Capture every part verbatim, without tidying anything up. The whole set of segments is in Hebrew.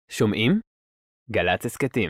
שומעים? גל"צ הסכתים.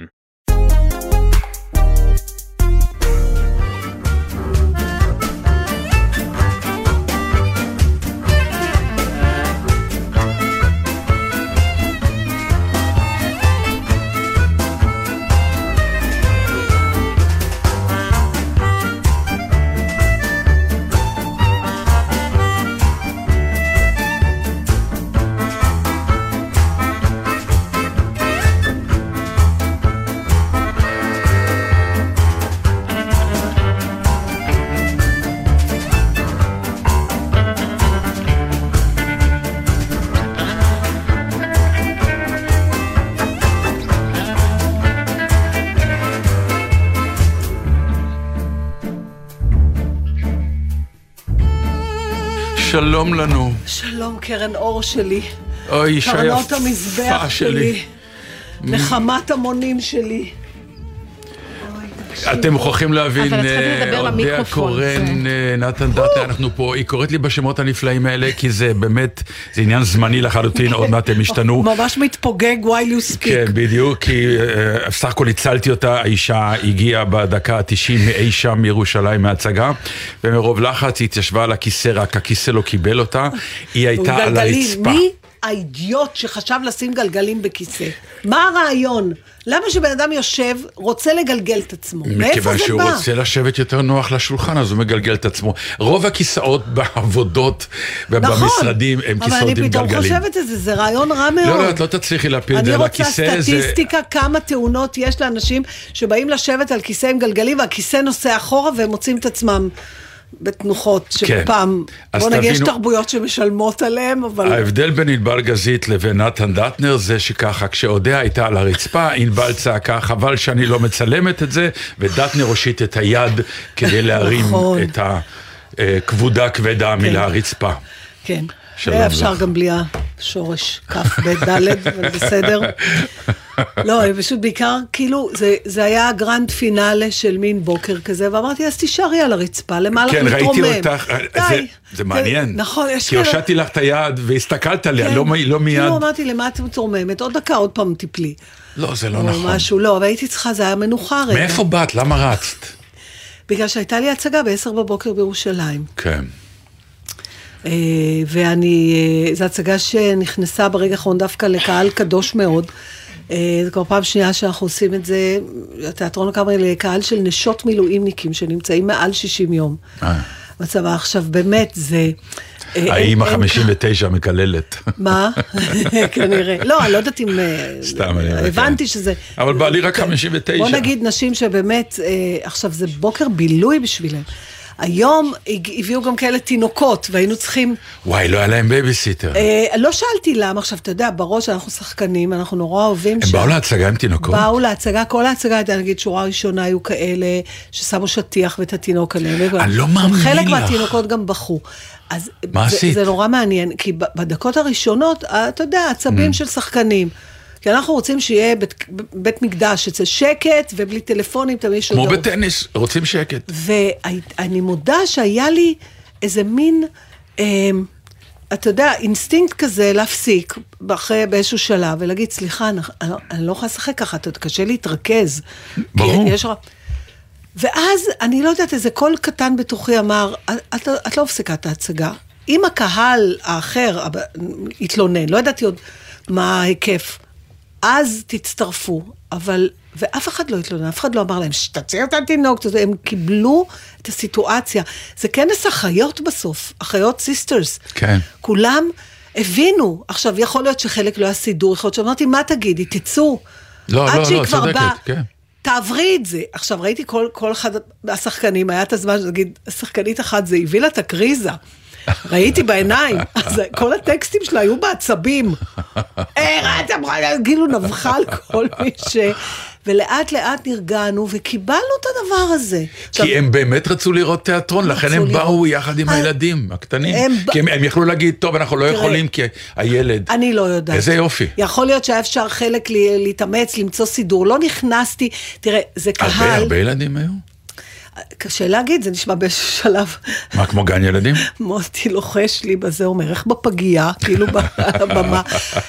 שלום לנו. שלום קרן אור שלי. אוי, קרנות המזבח שלי. נחמת המונים שלי. אתם מוכרחים להבין, אודיה קורן, נתן דטנר, אנחנו פה, היא קוראת לי בשמות הנפלאים האלה, כי זה באמת, זה עניין זמני לחלוטין, עוד מעט הם השתנו. ממש מתפוגג while you speak. כן, בדיוק, כי סך הכל הצלתי אותה, האישה הגיעה בדקה ה-תשעים מאי שם מירושלים מההצגה, ומרוב לחץ היא התיישבה על הכיסא, רק הכיסא לא קיבל אותה, היא הייתה על הרצפה. מי האידיוט שחשב לשים גלגלים בכיסא? מה הרעיון? למה שבן אדם יושב, רוצה לגלגל את עצמו? מאיפה זה בא? מכיוון שהוא רוצה לשבת יותר נוח לשולחן, אז הוא מגלגל את עצמו. רוב הכיסאות בעבודות ובמשרדים הם כיסאות עם גלגלים. אבל אני פתאום חושבת את זה, זה רעיון רע מאוד. לא, לא, את לא תצליחי להפיל את זה על הכיסא. אני רוצה סטטיסטיקה כמה תאונות יש לאנשים שבאים לשבת על כיסא עם גלגלים, והכיסא נוסע אחורה והם מוצאים את עצמם בתנוחות שפעם, בוא נגיד, יש תרבויות שמשלמות עליהם, אבל... ההבדל בין ענבל גזית לבין נתן דטנר זה שככה, כשאודיה הייתה על הרצפה, ענבל צעקה, חבל שאני לא מצלמת את זה, ודטנר הושיט את היד כדי להרים את הכבודה כבדה מלהרצפה. כן, אפשר גם בלי השורש כף בדלת, אבל בסדר. לא, פשוט בעיקר, כאילו, זה, זה היה הגרנד פינאלה של מין בוקר כזה, ואמרתי, אז תישארי על הרצפה, למעלה כן, מתרומם. ראיתי אותך, זה, זה מעניין. נכון, יש כי הושעתי לך את היד, והסתכלת עליה, כן, לא, לא מיד. כאילו אמרתי, למה את מתרוממת? עוד דקה, עוד פעם תיפלי. לא, זה לא נכון. משהו, לא, אבל הייתי צריכה, זה היה מנוחה רגע. מאיפה באת? למה רצת? בגלל שהייתה לי הצגה בעשר בבוקר בירושלים. כן. ואני, זו הצגה שנכנסה ברגע האחרון דווקא לקהל קדוש מאוד. זה כבר פעם שנייה שאנחנו עושים את זה, התיאטרון הקאמרי לקהל של נשות מילואימניקים שנמצאים מעל שישים יום. מצבה עכשיו באמת זה... האמא חמישים ותשע מקללת. מה? כנראה. לא, אני לא יודעת אם... סתם, אני... הבנתי שזה... אבל בא לי רק חמישים ותשע. בוא נגיד נשים שבאמת, עכשיו זה בוקר בילוי בשבילם. היום הביאו גם כאלה תינוקות, והיינו צריכים... וואי, לא היה להם בייביסיטר. לא שאלתי למה, עכשיו, אתה יודע, בראש אנחנו שחקנים, אנחנו נורא אוהבים... הם באו להצגה עם תינוקות? באו להצגה, כל ההצגה, הייתה, נגיד, שורה ראשונה היו כאלה, ששמו שטיח ואת התינוק עליהם. אני לא מאמין לך. חלק מהתינוקות גם בכו. אז זה נורא מעניין, כי בדקות הראשונות, אתה יודע, עצבים של שחקנים. כי אנחנו רוצים שיהיה בית, בית מקדש, אצל שקט ובלי טלפונים, תמיד יש כמו הודעות. בטניס, רוצים שקט. ואני מודה שהיה לי איזה מין, אה, אתה יודע, אינסטינקט כזה להפסיק אחרי באיזשהו שלב, ולהגיד, סליחה, אני, אני לא יכולה לשחק ככה, אתה קשה להתרכז. ברור. יש... ואז אני לא יודעת, איזה קול קטן בתוכי אמר, את, את לא הפסקה את ההצגה. אם הקהל האחר התלונן, לא ידעתי עוד מה ההיקף, אז תצטרפו, אבל, ואף אחד לא התלונן, אף אחד לא אמר להם, שתציע את התינוק, הם קיבלו את הסיטואציה. זה כנס אחיות בסוף, אחיות סיסטרס. כן. כולם הבינו, עכשיו יכול להיות שחלק לא היה סידור, יכול להיות שאמרתי, מה תגידי, תצאו. לא, לא, לא, צודקת, בא, כן. תעברי את זה. עכשיו ראיתי כל, כל אחד השחקנים, היה את הזמן, נגיד, השחקנית אחת, זה הביא לה את הקריזה. ראיתי בעיניים, אז כל הטקסטים שלה היו בעצבים. אה, ראיתם, גילו נבחה על כל מי ש... ולאט לאט נרגענו וקיבלנו את הדבר הזה. כי הם באמת רצו לראות תיאטרון, לכן הם באו יחד עם הילדים הקטנים. כי הם יכלו להגיד, טוב, אנחנו לא יכולים, כי הילד... אני לא יודעת. איזה יופי. יכול להיות שהיה אפשר חלק להתאמץ, למצוא סידור. לא נכנסתי, תראה, זה קהל... הרבה ילדים היו? קשה להגיד, זה נשמע בשלב. מה, כמו גן ילדים? מוטי לוחש לי בזה, אומר, איך בפגייה, כאילו בבמה.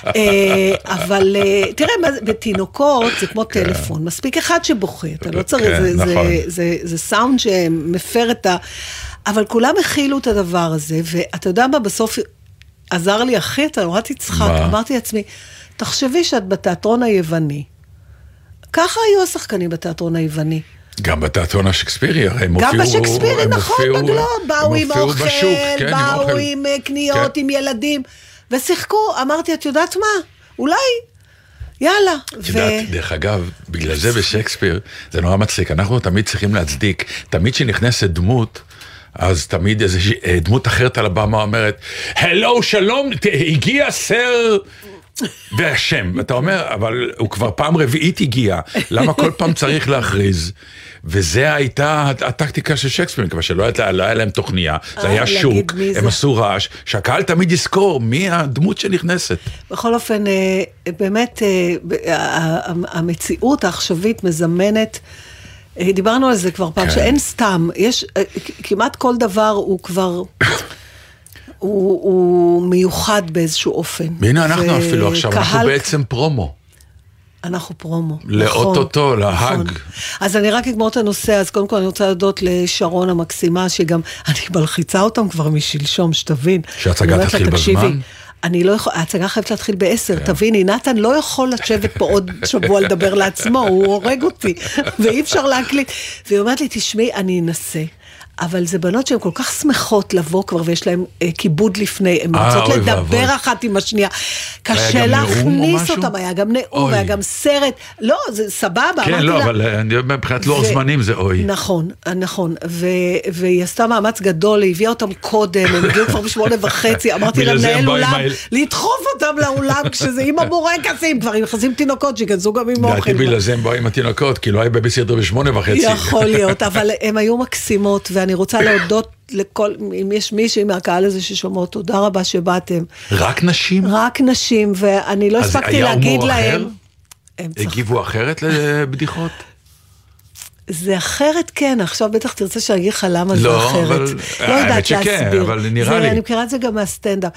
אבל תראה, בתינוקות זה כמו טלפון, מספיק אחד שבוכה, אתה לא צריך, זה סאונד שמפר את ה... אבל כולם הכילו את הדבר הזה, ואתה יודע מה, בסוף עזר לי אחי, אתה אמרתי צחק, אמרתי לעצמי, תחשבי שאת בתיאטרון היווני. ככה היו השחקנים בתיאטרון היווני. גם בתיאטרון השקספירי, הרי הם הופיעו... גם בשקספירי, נכון, בגלוב, באו עם אוכל, כן, באו עם קניות, כן. עם ילדים, ושיחקו, אמרתי, את יודעת מה? אולי, יאללה. את יודעת, ו... דרך אגב, בגלל זה בשקספיר, זה נורא מצחיק, אנחנו תמיד צריכים להצדיק, תמיד שנכנסת דמות, אז תמיד איזושהי דמות אחרת על הבמה אומרת, הלו, שלום, הגיע סר... והשם, אתה אומר, אבל הוא כבר פעם רביעית הגיע, למה כל פעם צריך להכריז? וזה הייתה הטקטיקה של שייקספיר, כבר שלא היה להם תוכניה, זה היה שוק, הם עשו רעש, שהקהל תמיד יזכור מי הדמות שנכנסת. בכל אופן, באמת, המציאות העכשווית מזמנת, דיברנו על זה כבר פעם, שאין סתם, יש, כמעט כל דבר הוא כבר... הוא, הוא מיוחד באיזשהו אופן. והנה אנחנו ו... אפילו עכשיו, קהל... אנחנו בעצם פרומו. אנחנו פרומו. לאוטוטו, נכון, להג. נכון. אז אני רק אגמור את הנושא, אז קודם כל אני רוצה להודות לשרון המקסימה, שגם, אני מלחיצה אותם כבר משלשום, שתבין. שההצגה תתחיל בזמן? אני לא יכול, ההצגה חייבת להתחיל בעשר, תביני, נתן לא יכול לשבת פה עוד שבוע לדבר לעצמו, הוא הורג אותי, ואי אפשר להקליט. והיא אומרת לי, תשמעי, אני אנסה. אבל זה בנות שהן כל כך שמחות לבוא כבר, ויש להן אה, כיבוד לפני, הן רוצות לדבר ואבוי. אחת עם השנייה. קשה להכניס אותם, היה גם נאום, היה גם סרט, לא, זה סבבה. כן, לא, לה... אבל אני אומר, מבחינת לוח זמנים זה אוי. נכון, נכון, ו... והיא עשתה מאמץ גדול, היא הביאה אותם קודם, הם הגיעו כבר בשמונה וחצי, אמרתי למנהל אולם, לדחוף אותם לאולם, כשזה עם המורקסים, כבר עם חזים תינוקות, שכנסו גם עם אוכל. בגלל זה הם באו עם התינוקות, כי לא היה בביסטר בשמונה וחצי. יכול להיות, אבל הם היו מקסימות, ואני רוצה להודות לכל, אם יש מישהי מהקהל הזה ששומעות, תודה רבה שבאתם. רק נשים? רק נשים, ואני לא הספקתי להגיד להם. הגיבו אחרת לבדיחות? זה אחרת, כן, עכשיו בטח תרצה שאני לך למה זה אחרת. לא יודעת להסביר. אבל נראה לי. אני מכירה את זה גם מהסטנדאפ.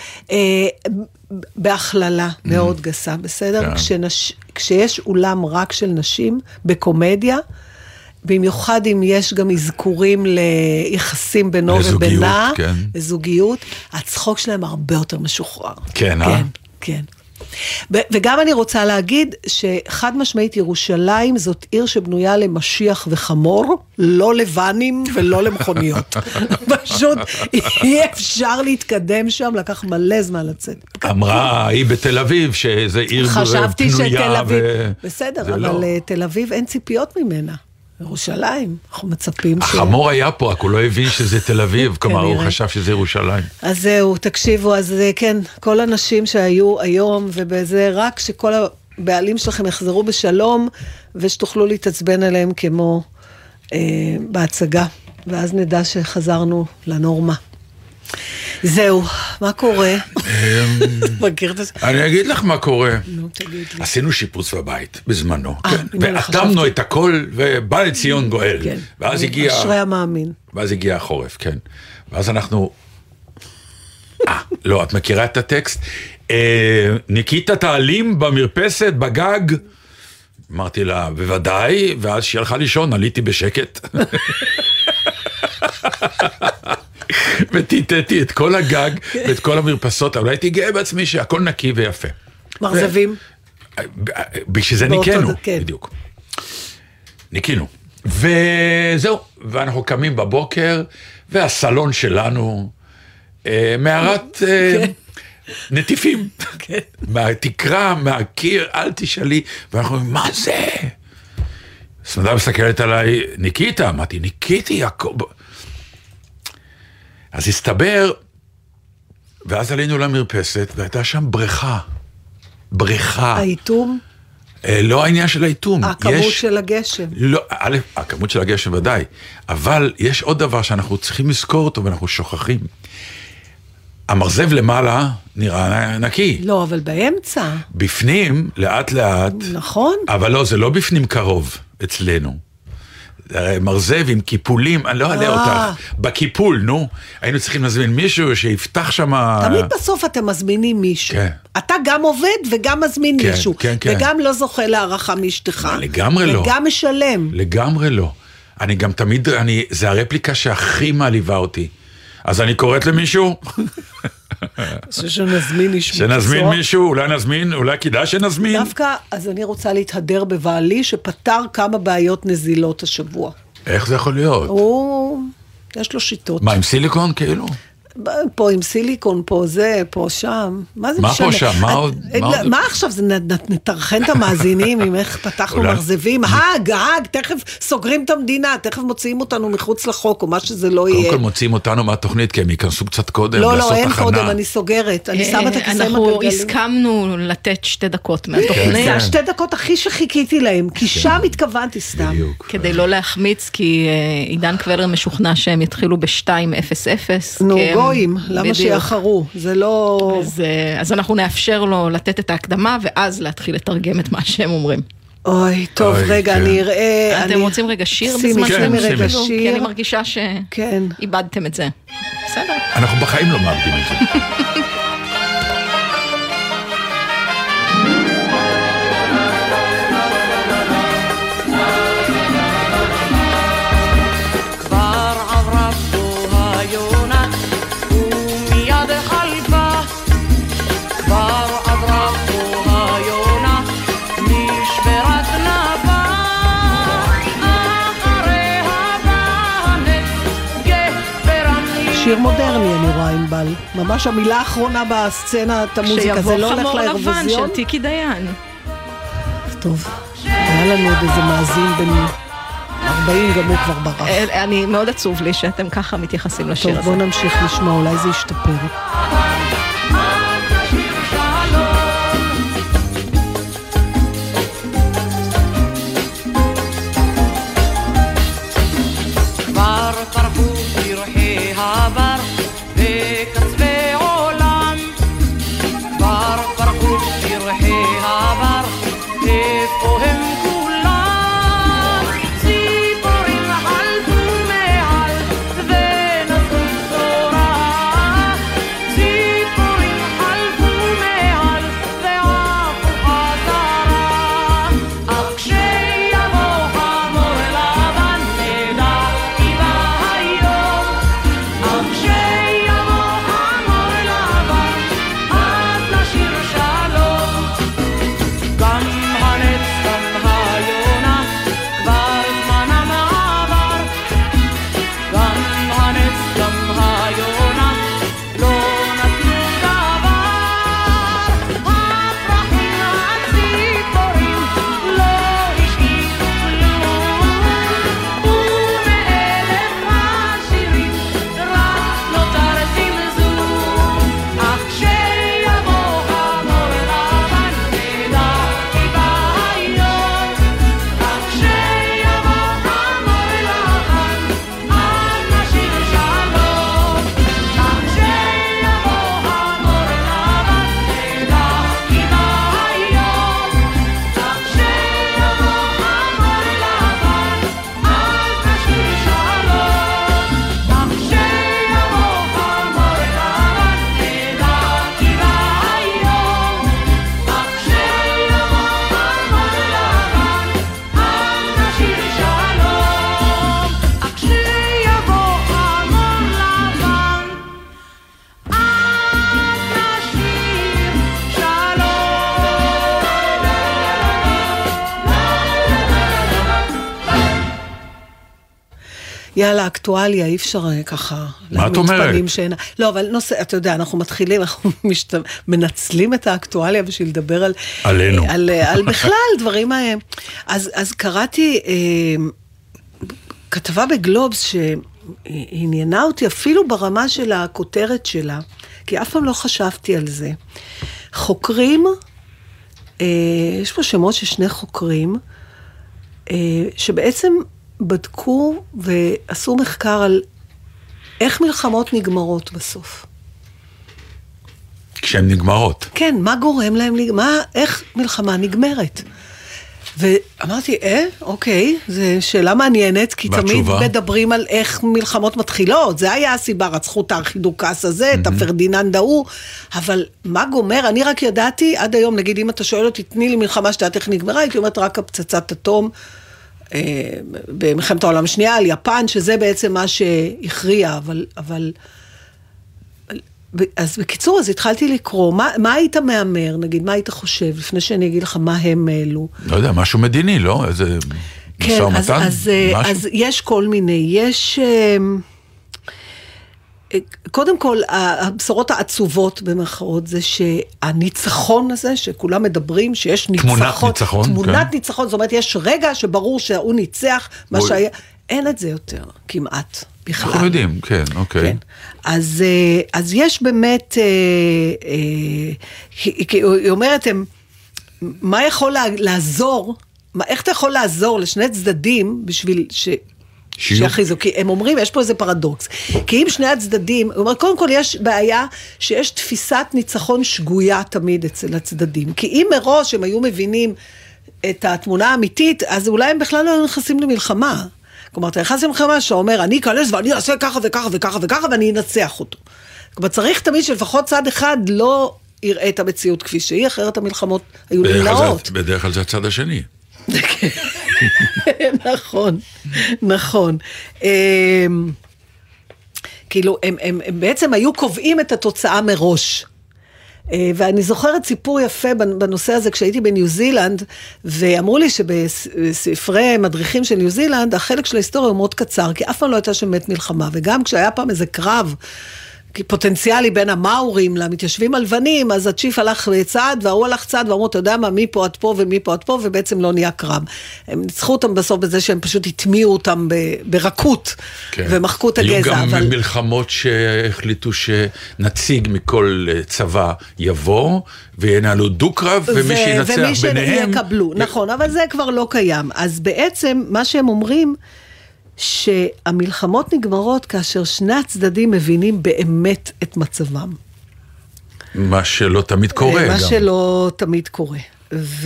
בהכללה מאוד גסה, בסדר? כשיש אולם רק של נשים, בקומדיה, במיוחד אם יש גם הזכורים ליחסים בינו ובינה, כן. לזוגיות, הצחוק שלהם הרבה יותר משוחרר. כן, אה? כן, כן. וגם אני רוצה להגיד שחד משמעית ירושלים זאת עיר שבנויה למשיח וחמור, לא לבנים ולא למכוניות. פשוט אי אפשר להתקדם שם, לקח מלא זמן לצאת. אמרה היא בתל אביב שזה עיר בנויה. חשבתי שתל אביב, בסדר, אבל תל אביב אין ציפיות ממנה. ירושלים, אנחנו מצפים ש... החמור היה פה, רק הוא לא הבין שזה תל אביב, כלומר הוא חשב שזה ירושלים. אז זהו, תקשיבו, אז כן, כל הנשים שהיו היום, ובזה רק שכל הבעלים שלכם יחזרו בשלום, ושתוכלו להתעצבן עליהם כמו אה, בהצגה, ואז נדע שחזרנו לנורמה. זהו, מה קורה? אני אגיד לך מה קורה. עשינו שיפוץ בבית בזמנו, ואטמנו את הכל, ובא לציון גואל. ואז הגיע... אשרי המאמין. ואז הגיע החורף, כן. ואז אנחנו... אה, לא, את מכירה את הטקסט? ניקית תעלים במרפסת, בגג? אמרתי לה, בוודאי, ואז שהיא הלכה לישון, עליתי בשקט. וטיטטי את כל הגג ואת כל המרפסות, אבל הייתי גאה בעצמי שהכל נקי ויפה. מרזבים? בשביל זה ניקינו, בדיוק. ניקינו. וזהו, ואנחנו קמים בבוקר, והסלון שלנו, מערת נטיפים. מהתקרה, מהקיר, אל תשאלי, ואנחנו אומרים, מה זה? סמדה מסתכלת עליי, ניקית? אמרתי, ניקיתי, הכל... אז הסתבר, ואז עלינו למרפסת, והייתה שם בריכה. בריכה. האיתום? אה, לא העניין של האיתום. הכמות יש, של הגשם. לא, א', הכמות של הגשם ודאי. אבל יש עוד דבר שאנחנו צריכים לזכור אותו, ואנחנו שוכחים. המרזב למעלה נראה נקי. לא, אבל באמצע. בפנים, לאט לאט. נכון. אבל לא, זה לא בפנים קרוב אצלנו. מרזב עם קיפולים, אני לא אעלה אותך, בקיפול, נו, היינו צריכים להזמין מישהו שיפתח שם... תמיד בסוף אתם מזמינים מישהו. אתה גם עובד וגם מזמין מישהו, וגם לא זוכה להערכה מאשתך. לגמרי לא. וגם משלם. לגמרי לא. אני גם תמיד, זה הרפליקה שהכי מעליבה אותי. אז אני קוראת למישהו... שנזמין מישהו. שנזמין מישהו, אולי נזמין, אולי כדאי שנזמין. דווקא, אז אני רוצה להתהדר בבעלי, שפתר כמה בעיות נזילות השבוע. איך זה יכול להיות? הוא, יש לו שיטות. מה, עם סיליקון כאילו? פה עם סיליקון, פה זה, פה שם. מה זה מה משנה? פה שם? מה עוד? מה עכשיו? זה נתרחן את המאזינים עם איך פתחנו מרזבים? האג, האג, תכף סוגרים את המדינה, תכף מוציאים אותנו מחוץ לחוק, או מה שזה לא יהיה. קודם כל מוציאים אותנו מהתוכנית, כי הם ייכנסו קצת קודם, לא, לא, אין קודם, אני סוגרת. אני שמה את הכיסאים הגלגלים. אנחנו הסכמנו לתת שתי דקות מהתוכנית. זה השתי דקות הכי שחיכיתי להם, כי שם התכוונתי סתם. כדי לא להחמיץ, כי עידן קבלר משוכנע שהם יתחילו ב-שתיים אפס אפס. נו, גויים, למה שיחרו? זה לא... אז, אז אנחנו נאפשר לו לתת את ההקדמה, ואז להתחיל לתרגם את מה שהם אומרים. אוי, טוב, אוי, רגע, כן. אני אראה... אתם אני... רוצים רגע שיר שימי, בזמן שימי שאתם רגע שיר? שיר. כי אני מרגישה כן. שאיבדתם את זה. בסדר. אנחנו בחיים לא מאבדים את זה. שיר מודרני, אני רואה עם בל. ממש המילה האחרונה בסצנה, את המוזיקה, זה לא הולך לאירוויזיון. שיבוא חמור לבן של טיקי דיין. טוב, היה לנו עוד איזה מאזין בין ארבעים, גם הוא כבר ברח. אני מאוד עצוב לי שאתם ככה מתייחסים לשיר הזה. טוב, בואו נמשיך לשמוע, אולי זה ישתפר. יאללה, אקטואליה, אי אפשר ככה... מה את אומרת? שאינה... לא, אבל נושא, אתה יודע, אנחנו מתחילים, אנחנו משת... מנצלים את האקטואליה בשביל לדבר על... עלינו. על, על בכלל, דברים ההם. אז, אז קראתי אה, כתבה בגלובס שעניינה אותי אפילו ברמה של הכותרת שלה, כי אף פעם לא חשבתי על זה. חוקרים, אה, יש פה שמות של שני חוקרים, אה, שבעצם... בדקו ועשו מחקר על איך מלחמות נגמרות בסוף. כשהן נגמרות. כן, מה גורם להם, מה, איך מלחמה נגמרת. ואמרתי, אה, אוקיי, זו שאלה מעניינת, כי תמיד מדברים על איך מלחמות מתחילות, זה היה הסיבה, רצחו את הארכידוקס הזה, את הפרדיננד ההוא, אבל מה גומר? אני רק ידעתי, עד היום, נגיד, אם אתה שואל אותי, תני לי מלחמה שתעת איך נגמרה, הייתי אומרת רק הפצצת אטום, במלחמת העולם השנייה, על יפן, שזה בעצם מה שהכריע, אבל, אבל, אז בקיצור, אז התחלתי לקרוא, מה, מה היית מאמר, נגיד, מה היית חושב, לפני שאני אגיד לך מה הם אלו? לא יודע, משהו מדיני, לא? איזה כן, משא ומתן? אז, אז, אז יש כל מיני, יש, קודם כל, הבשורות העצובות במרכאות, זה שהניצחון הזה, שכולם מדברים, שיש ניצחון, תמונת ניצחון, תמונת כן. ניצחון, זאת אומרת, יש רגע שברור שהוא ניצח, מה בוא... שהיה, אין את זה יותר, כמעט. בכלל. אנחנו יודעים, כן, אוקיי. כן. אז, אז יש באמת, היא אומרת, מה יכול לעזור, איך אתה יכול לעזור לשני צדדים בשביל ש... שיחיזו, כי הם אומרים, יש פה איזה פרדוקס, כי אם שני הצדדים, הוא אומר, קודם כל יש בעיה שיש תפיסת ניצחון שגויה תמיד אצל הצדדים, כי אם מראש הם היו מבינים את התמונה האמיתית, אז אולי הם בכלל לא נכנסים למלחמה. כלומר, אתה נכנס למלחמה שאומר, אני אכנס ואני אעשה ככה וככה וככה וככה, ואני אנצח אותו. כלומר, צריך תמיד שלפחות צד אחד לא יראה את המציאות כפי שהיא, אחרת המלחמות היו נמנעות. בדרך כלל זה הצד השני. נכון, נכון. כאילו, הם בעצם היו קובעים את התוצאה מראש. ואני זוכרת סיפור יפה בנושא הזה, כשהייתי בניו זילנד, ואמרו לי שבספרי מדריכים של ניו זילנד, החלק של ההיסטוריה הוא מאוד קצר, כי אף פעם לא הייתה שמת מלחמה, וגם כשהיה פעם איזה קרב, פוטנציאלי בין המאורים למתיישבים הלבנים, אז הצ'יף הלך צעד, והוא הלך צעד, ואמרו, אתה יודע מה, מי פה עד פה ומי פה עד פה, ובעצם לא נהיה קרב. הם ניצחו אותם בסוף בזה שהם פשוט התמיעו אותם ברכות, כן. ומחקו את הגזע. היו גם אבל... מלחמות שהחליטו שנציג מכל צבא יבוא, וינהלו דו-קרב, ו... ומי שינצח ומי ביניהם... ומי שיקבלו, נכון, אבל זה כבר לא קיים. אז בעצם, מה שהם אומרים, שהמלחמות נגמרות כאשר שני הצדדים מבינים באמת את מצבם. מה שלא תמיד קורה. מה גם. שלא תמיד קורה. ו...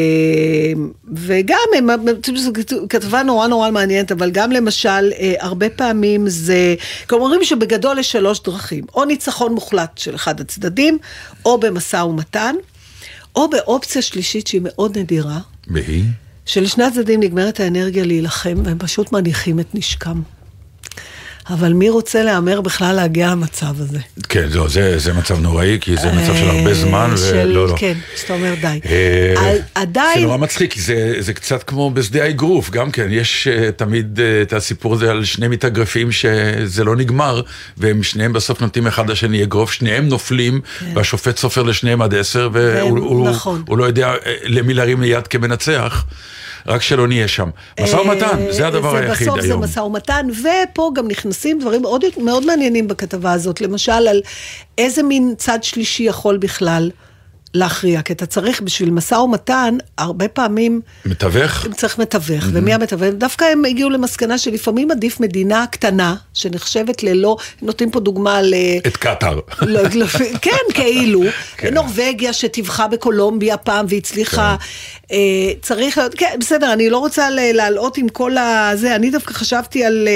וגם, כתבה נורא נורא מעניינת, אבל גם למשל, הרבה פעמים זה, כלומר, אומרים שבגדול יש שלוש דרכים, או ניצחון מוחלט של אחד הצדדים, או במשא ומתן, או באופציה שלישית שהיא מאוד נדירה. והיא? שלשני הצדדים נגמרת האנרגיה להילחם, והם פשוט מניחים את נשקם. אבל מי רוצה לאמר בכלל להגיע למצב הזה? כן, לא, זה, זה מצב נוראי, כי זה מצב של הרבה זמן, ולא, לא. כן, שאתה אומר די. עדיין... זה נורא מצחיק, כי זה, זה קצת כמו בשדה האגרוף, גם כן, יש תמיד את הסיפור הזה על שני מתאגרפים שזה לא נגמר, והם שניהם בסוף נותנים אחד לשני אגרוף, שניהם נופלים, והשופט סופר לשניהם עד עשר, והוא לא יודע למי להרים ליד כמנצח. רק שלא נהיה שם. משא ומתן, זה הדבר היחיד היום. בסוף זה משא ומתן, ופה גם נכנסים דברים מאוד, מאוד מעניינים בכתבה הזאת, למשל על איזה מין צד שלישי יכול בכלל להכריע, כי אתה צריך בשביל משא ומתן, הרבה פעמים... מתווך? צריך מתווך, mm-hmm. ומי המתווך? דווקא הם הגיעו למסקנה שלפעמים עדיף מדינה קטנה, שנחשבת ללא, נותנים פה דוגמה ל... את קטר. לא, לא, כן, כאילו. כן. נורווגיה שטבחה בקולומביה פעם והצליחה, כן. אה, צריך... כן, בסדר, אני לא רוצה להעלות עם כל הזה, אני דווקא חשבתי על...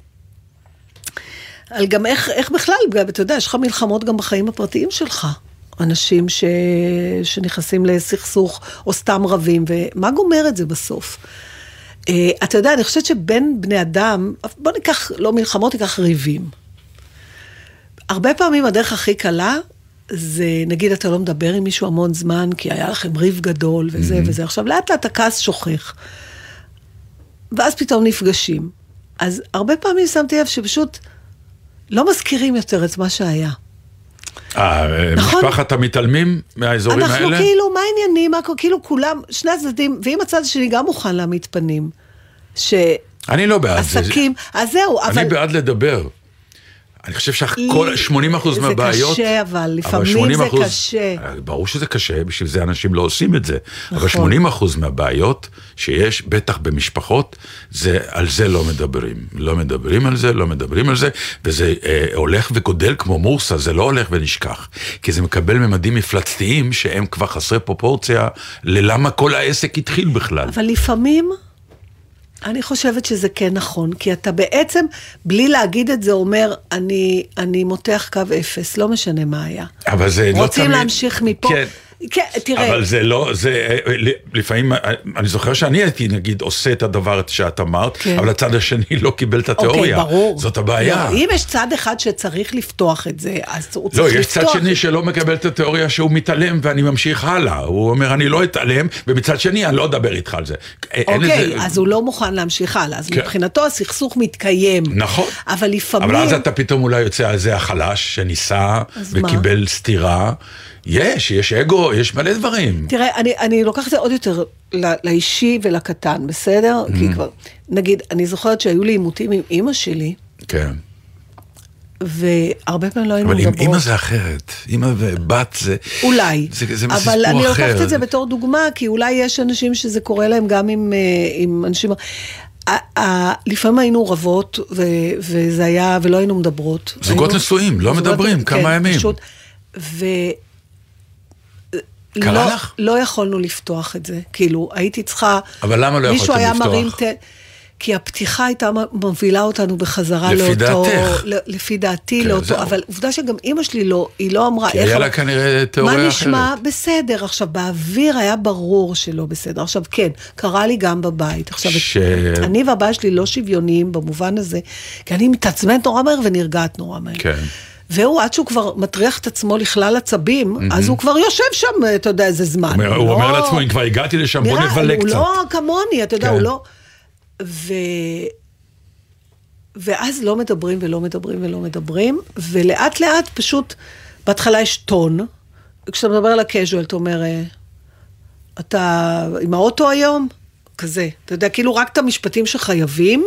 על גם איך, איך בכלל, אתה יודע, יש לך מלחמות גם בחיים הפרטיים שלך. אנשים ש... שנכנסים לסכסוך או סתם רבים, ומה גומר את זה בסוף? Uh, אתה יודע, אני חושבת שבין בני אדם, בוא ניקח, לא מלחמות, ניקח ריבים. הרבה פעמים הדרך הכי קלה, זה נגיד אתה לא מדבר עם מישהו המון זמן, כי היה לכם ריב גדול וזה mm-hmm. וזה. עכשיו לאט לאט הכעס שוכח. ואז פתאום נפגשים. אז הרבה פעמים שמתי לב שפשוט לא מזכירים יותר את מה שהיה. אה, משפחת המתעלמים מהאזורים האלה? אנחנו כאילו, מה העניינים? כאילו כולם, שני הצדדים, ואם הצד שלי גם מוכן להעמיד פנים, אני לא בעד זה. עסקים, אז זהו, אבל... אני בעד לדבר. אני חושב שכל שמונים אחוז מהבעיות... זה קשה, אבל לפעמים זה קשה. ברור שזה קשה, בשביל זה אנשים לא עושים את זה. אבל שמונים אחוז מהבעיות שיש, בטח במשפחות, זה, על זה לא מדברים. לא מדברים על זה, לא מדברים על זה, וזה אה, הולך וגודל כמו מורסה, זה לא הולך ונשכח. כי זה מקבל ממדים מפלצתיים, שהם כבר חסרי פרופורציה, ללמה כל העסק התחיל בכלל. אבל לפעמים... אני חושבת שזה כן נכון, כי אתה בעצם, בלי להגיד את זה, אומר, אני, אני מותח קו אפס, לא משנה מה היה. אבל זה לא תמיד... רוצים להמשיך מפה. כן. כן, תראה. אבל זה לא, זה, לפעמים, אני זוכר שאני הייתי, נגיד, עושה את הדבר שאת אמרת, כן. אבל הצד השני לא קיבל את התיאוריה. אוקיי, ברור. זאת הבעיה. לא, אם יש צד אחד שצריך לפתוח את זה, אז הוא צריך לא, לפתוח. לא, יש צד שני שלא מקבל את התיאוריה שהוא מתעלם, ואני ממשיך הלאה. הוא אומר, אני לא אתעלם, ומצד שני, אני לא אדבר איתך על זה. אוקיי, איזה... אז הוא לא מוכן להמשיך הלאה. אז כן. מבחינתו הסכסוך מתקיים. נכון. אבל לפעמים... אבל אז אתה פתאום אולי יוצא על זה החלש, שניסה וקיבל מה? סתירה. יש, יש אגו, יש מלא דברים. תראה, אני, אני לוקחת את זה עוד יותר לא, לאישי ולקטן, בסדר? Mm-hmm. כי כבר, נגיד, אני זוכרת שהיו לי עימותים עם אמא שלי. כן. והרבה פעמים לא היינו מדברות. אבל עם אמא זה אחרת. אמא ובת זה... אולי. זה, זה אבל סיפור אני אחר. לוקחת את זה בתור דוגמה, כי אולי יש אנשים שזה קורה להם גם עם, עם אנשים... לפעמים היינו רבות, וזה היה, ולא היינו מדברות. זוגות נשואים, לא מדברים, כמה ימים. פשוט, ו... קרה לא, לך? לא יכולנו לפתוח את זה, כאילו, הייתי צריכה... אבל למה לא יכולתם לפתוח? מרים, כי הפתיחה הייתה מובילה אותנו בחזרה לפי לאותו... דעתך. לפי דעתי כן, לאותו, זהו. אבל עובדה שגם אמא שלי לא, היא לא אמרה... כי היה לה כנראה תיאוריה אחרת. מה נשמע? בסדר, עכשיו, באוויר היה ברור שלא בסדר. עכשיו, כן, קרה לי גם בבית. עכשיו, ש... אני והבית שלי לא שוויוניים במובן הזה, כי אני מתעצמנת נורא מהר ונרגעת נורא מהר. כן. והוא, עד שהוא כבר מטריח את עצמו לכלל עצבים, mm-hmm. אז הוא כבר יושב שם, אתה יודע, איזה זמן. הוא, הוא לא... אומר לעצמו, אם כבר הגעתי לשם, בוא נבלה קצת. הוא לא כמוני, אתה יודע, כן. הוא לא... ו... ואז לא מדברים ולא מדברים ולא מדברים, ולאט לאט פשוט, בהתחלה יש טון, כשאתה מדבר על הקז'ואל, אתה אומר, אתה עם האוטו היום? כזה. אתה יודע, כאילו רק את המשפטים שחייבים,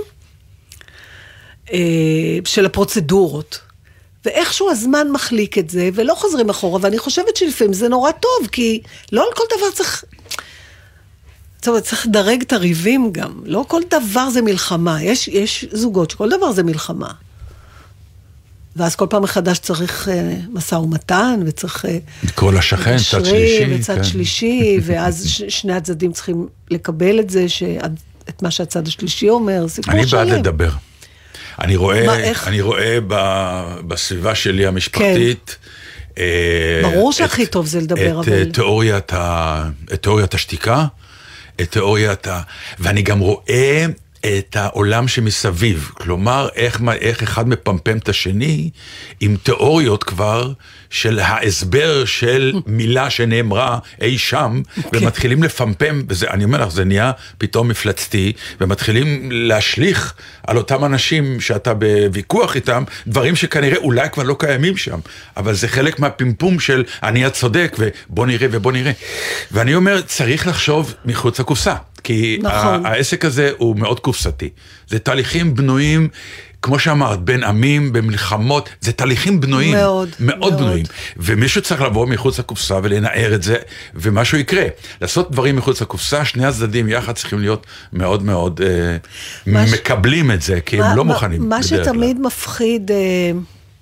של הפרוצדורות. ואיכשהו הזמן מחליק את זה, ולא חוזרים אחורה, ואני חושבת שלפעמים זה נורא טוב, כי לא על כל דבר צריך... טוב, צריך לדרג את הריבים גם. לא כל דבר זה מלחמה. יש, יש זוגות שכל דבר זה מלחמה. ואז כל פעם מחדש צריך uh, מסע ומתן, וצריך... כל השכן, צד שלישי. וצד כן. שלישי, ואז ש, שני הצדדים צריכים לקבל את זה, שאת, את מה שהצד השלישי אומר, סיפור אני שלם. בעד לדבר. אני רואה, מה, אני רואה ב, בסביבה שלי המשפחתית, כן. ברור שהכי טוב זה לדבר, את אבל... תיאוריית ה, את תיאוריית השתיקה, את תיאוריית ה... ואני גם רואה את העולם שמסביב, כלומר, איך, איך אחד מפמפם את השני, עם תיאוריות כבר של ההסבר של מילה שנאמרה אי שם, okay. ומתחילים לפמפם, וזה, אני אומר לך, זה נהיה פתאום מפלצתי, ומתחילים להשליך על אותם אנשים שאתה בוויכוח איתם, דברים שכנראה אולי כבר לא קיימים שם, אבל זה חלק מהפמפום של אני הצודק, ובוא נראה ובוא נראה. ואני אומר, צריך לחשוב מחוץ לקופסה. כי נכון. העסק הזה הוא מאוד קופסתי. זה תהליכים בנויים, כמו שאמרת, בין עמים, במלחמות, זה תהליכים בנויים. מאוד. מאוד, מאוד. בנויים. ומישהו צריך לבוא מחוץ לקופסה ולנער את זה, ומשהו יקרה. לעשות דברים מחוץ לקופסה, שני הצדדים יחד צריכים להיות מאוד מאוד אה, מש... מקבלים את זה, כי מה, הם לא מה, מוכנים. מה שתמיד כלל. מפחיד אה,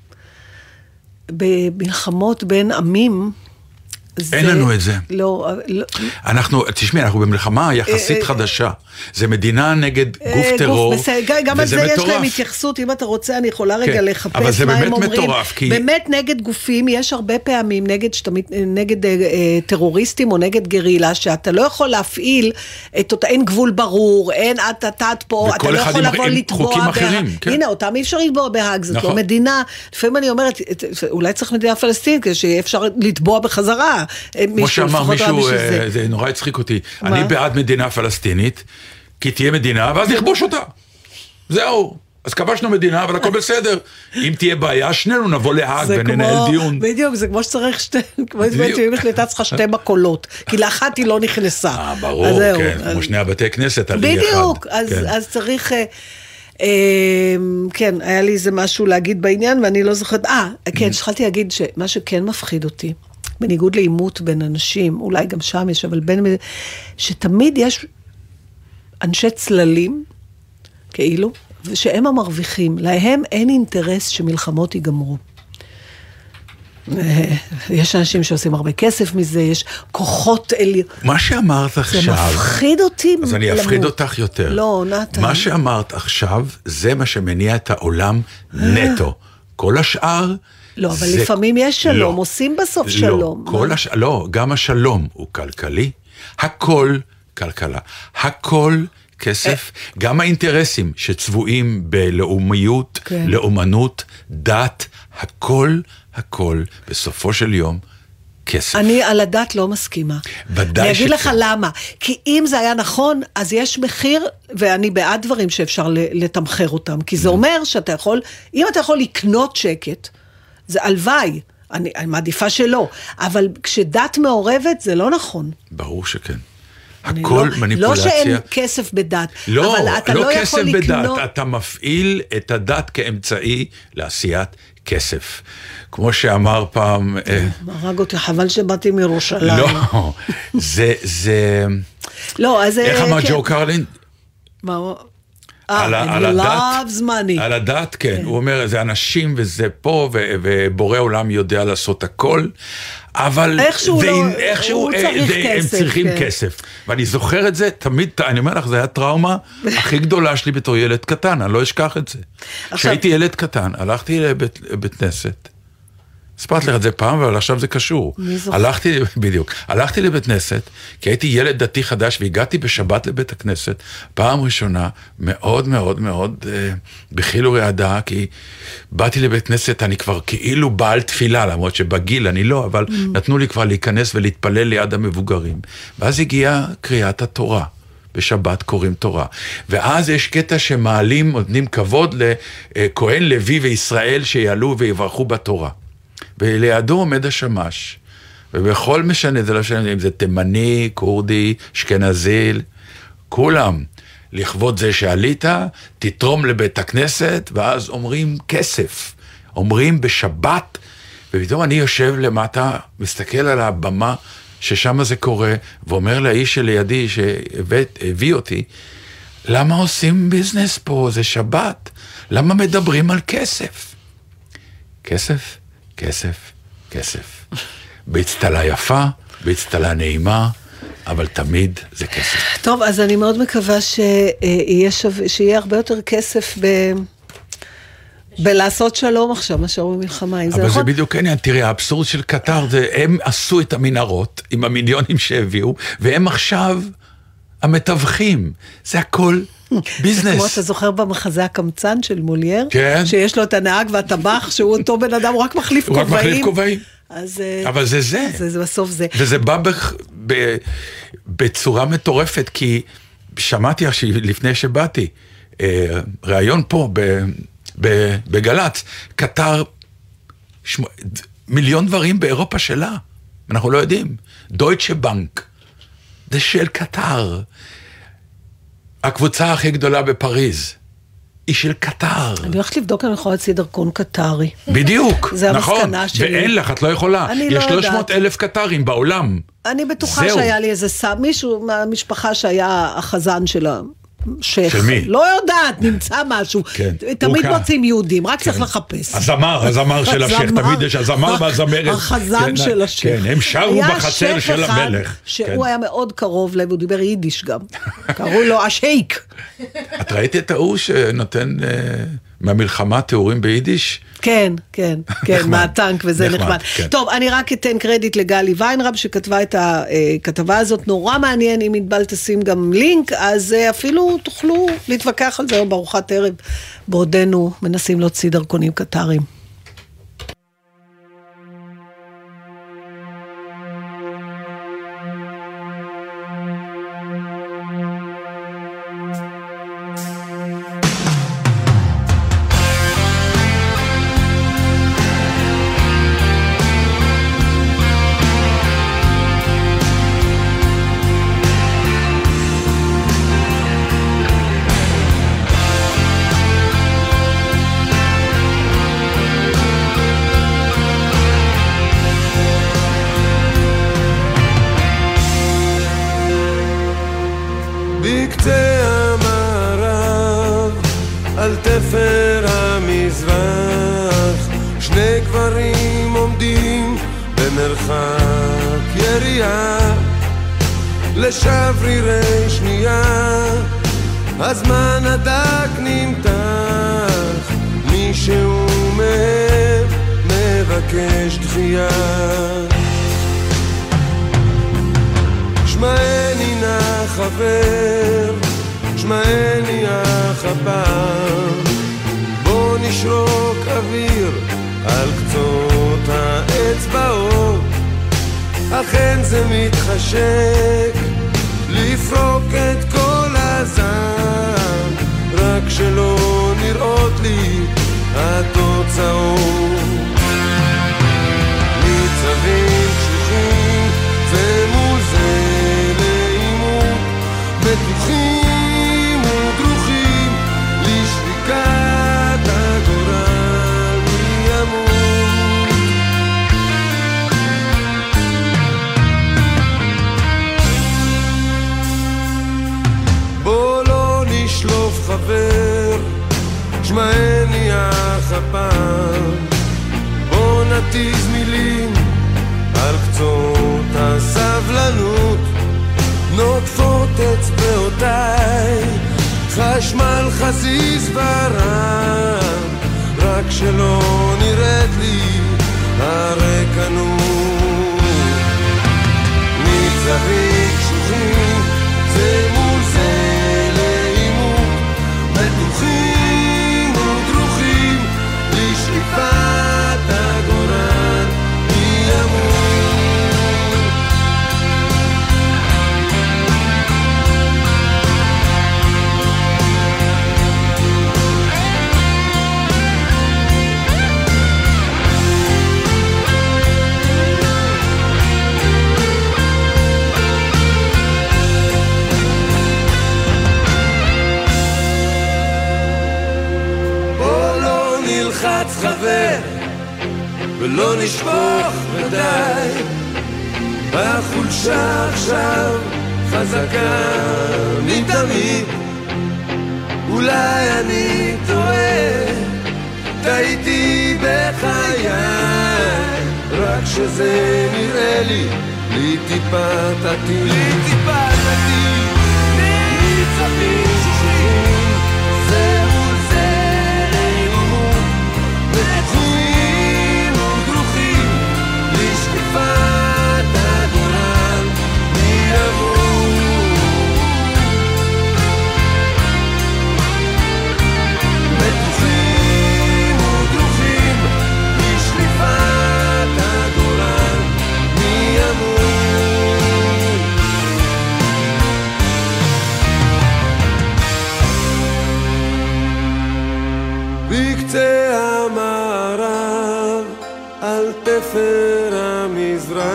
במלחמות בין עמים, אין לנו את זה. לא, לא. אנחנו, תשמעי, אנחנו במלחמה יחסית חדשה. זה מדינה נגד גוף טרור, וזה מטורף. גם על זה יש להם התייחסות, אם אתה רוצה, אני יכולה רגע לחפש מה הם אומרים. באמת נגד גופים, יש הרבה פעמים נגד טרוריסטים או נגד גרילה, שאתה לא יכול להפעיל את אותה, אין גבול ברור, אין עטטת פה, אתה לא יכול לבוא לתבוע. הנה, אותם אי אפשר לתבוע בהאג, זאת לא מדינה. לפעמים אני אומרת, אולי צריך מדינה פלסטינית, כדי אפשר לתבוע בחזרה. כמו שאמר מישהו, זה נורא הצחיק אותי, אני בעד מדינה פלסטינית, כי תהיה מדינה, ואז נכבוש אותה. זהו. אז כבשנו מדינה, אבל הכל בסדר. אם תהיה בעיה, שנינו נבוא להאג וננהל דיון. בדיוק, זה כמו שצריך שתי, כמו שאם החלטה צריכה שתי מקולות, כי לאחת היא לא נכנסה. אה, ברור, כן, כמו שני הבתי כנסת. בדיוק, אז צריך... כן, היה לי איזה משהו להגיד בעניין, ואני לא זוכרת, אה, כן, שחלתי להגיד שמה שכן מפחיד אותי, בניגוד לאימות בין אנשים, אולי גם שם יש, אבל בין, שתמיד יש אנשי צללים, כאילו, ושהם המרוויחים, להם אין אינטרס שמלחמות ייגמרו. יש אנשים שעושים הרבה כסף מזה, יש כוחות אלי... מה שאמרת עכשיו... זה מפחיד אותי למות. אז אני אפחיד אותך יותר. לא, נתן. מה שאמרת עכשיו, זה מה שמניע את העולם נטו. כל השאר... לא, אבל לפעמים יש שלום, עושים בסוף שלום. לא, גם השלום הוא כלכלי, הכל כלכלה, הכל כסף, גם האינטרסים שצבועים בלאומיות, לאומנות, דת, הכל, הכל, בסופו של יום, כסף. אני על הדת לא מסכימה. ודאי אני אגיד לך למה. כי אם זה היה נכון, אז יש מחיר, ואני בעד דברים שאפשר לתמחר אותם. כי זה אומר שאתה יכול, אם אתה יכול לקנות שקט, זה הלוואי. אני, אני מעדיפה שלא. אבל כשדת מעורבת, זה לא נכון. ברור שכן. הכל לא, מניפולציה. לא שאין כסף בדת, לא, אבל אתה לא, לא יכול כסף לקנות... בדת, אתה מפעיל את הדת כאמצעי לעשיית כסף. כמו שאמר פעם... מרג אותי, חבל שבאתי מירושלים. לא, זה... זה... לא, אז... איך אמר ג'ו קרלין? מה... על, אה, על הדת, זמני. על הדת, כן. כן. הוא אומר, זה אנשים וזה פה, ו, ובורא עולם יודע לעשות הכל, אבל... איכשהו לא, איכשהו, הוא צריך אה, כסף. הם צריכים כן. כסף. ואני זוכר את זה, תמיד, אני אומר לך, זה היה טראומה הכי גדולה שלי בתור ילד קטן, אני לא אשכח את זה. כשהייתי ילד קטן, הלכתי לבית, לבית כנסת, הספרתי לך את זה פעם, אבל עכשיו זה קשור. מי זוכר? הלכתי, בדיוק, הלכתי לבית כנסת, כי הייתי ילד דתי חדש, והגעתי בשבת לבית הכנסת, פעם ראשונה, מאוד מאוד מאוד, אה, בחיל ורעדה, כי באתי לבית כנסת, אני כבר כאילו בעל תפילה, למרות שבגיל אני לא, אבל mm. נתנו לי כבר להיכנס ולהתפלל ליד המבוגרים. ואז הגיעה קריאת התורה. בשבת קוראים תורה. ואז יש קטע שמעלים, נותנים כבוד לכהן לוי וישראל, שיעלו ויברכו בתורה. ולידו עומד השמש, ובכל משנה, זה לא משנה אם זה תימני, קורדי, אשכנזי, כולם, לכבוד זה שעלית, תתרום לבית הכנסת, ואז אומרים כסף, אומרים בשבת, ופתאום אני יושב למטה, מסתכל על הבמה, ששם זה קורה, ואומר לאיש שלידי, שהביא אותי, למה עושים ביזנס פה? זה שבת. למה מדברים על כסף? כסף? כסף, כסף. באצטלה יפה, באצטלה נעימה, אבל תמיד זה כסף. טוב, אז אני מאוד מקווה שיהיה, שו... שיהיה הרבה יותר כסף ב... בלעשות שלום עכשיו, מה שאומרים מלחמה. אבל זה, זה בדיוק עניין, תראה, האבסורד של קטר, זה, הם עשו את המנהרות עם המיליונים שהביאו, והם עכשיו המתווכים. זה הכל... ביזנס. זה כמו אתה זוכר במחזה הקמצן של מולייר, כן. שיש לו את הנהג והטבח, שהוא אותו בן אדם, הוא רק מחליף כובעים. הוא רק מחליף כובעים. אז, אבל זה זה. זה, זה בסוף זה. וזה בא בח, ב, בצורה מטורפת, כי שמעתי לפני שבאתי, ראיון פה ב, ב, בגלץ, קטר שמו, מיליון דברים באירופה שלה. אנחנו לא יודעים. דויטשה בנק. זה של קטר. הקבוצה הכי גדולה בפריז, היא של קטר. אני הולכת לבדוק אם אני יכולה להציע דרכון קטרי. בדיוק, זה נכון. המסקנה שלי. ואין לך, את לא יכולה. אני יש לא שלוש מאות יודעת. אלף קטרים בעולם. אני בטוחה זהו. שהיה לי איזה סם, מישהו מהמשפחה שהיה החזן שלה. שייך. של מי? לא יודעת, נמצא משהו. כן. תמיד הוא מוצאים יהודים, רק צריך לחפש. הזמר, הזמר של השייך, תמיד יש הזמר והזמרת. החזן כן, של השייך. כן, הם שרו בחצר של המלך. היה שייך אחד שהוא כן. היה מאוד קרוב להם, הוא דיבר יידיש גם. קראו לו השייק. את ראית את ההוא שנותן אה, מהמלחמה תיאורים ביידיש? כן, כן, כן, מהטנק וזה נחמד. נחמד. כן. טוב, אני רק אתן קרדיט לגלי ויינרב שכתבה את הכתבה הזאת, נורא מעניין, אם יתבל תשים גם לינק, אז אפילו תוכלו להתווכח על זה היום בארוחת ערב, בעודנו מנסים להוציא דרכונים קטרים. בקצה המערב, על תפר המזרח, שני גברים עומדים במרחק יריעה, לשברירי שנייה, הזמן הדק נמתח, מישהו מהם מבקש דחייה. שמעני נא חבר, שמעני אח הפעם, בוא נשרוק אוויר על קצות האצבעות, אכן זה מתחשק לפרוק את כל הזעם, רק שלא נראות לי התוצאות. ניצבים קשוחים זה מול זה לאימות, בטוחים ודרוכים לשריקת הגורל מימות. בוא לא נשלוף חבר, שמעני אח הפעם, בוא נתיז מילים על קצות הסבלנות, נוטפות אצבעותיי חשמל חזיז ורם, רק שלא נראית לי הרקנות. ניצבים קשוחים זה מול זה לאימות, בטוחים ודרוכים לשאיפת הגורל מימות. נלחץ חבר ולא נשפוך ודי, החולשה עכשיו חזקה מתמיד, אולי אני טועה, טעיתי בחיי, רק שזה נראה לי לי טיפת עתיד, לי טיפת עתיד. ניצבים קשוחים זה מול זה לאימות, בטוחים ודרוכים לשאיפת הגורל מימות. בטוחים ודרוכים לשאיפת הגורל מימות. בקצה המערב, על תפר המזרח.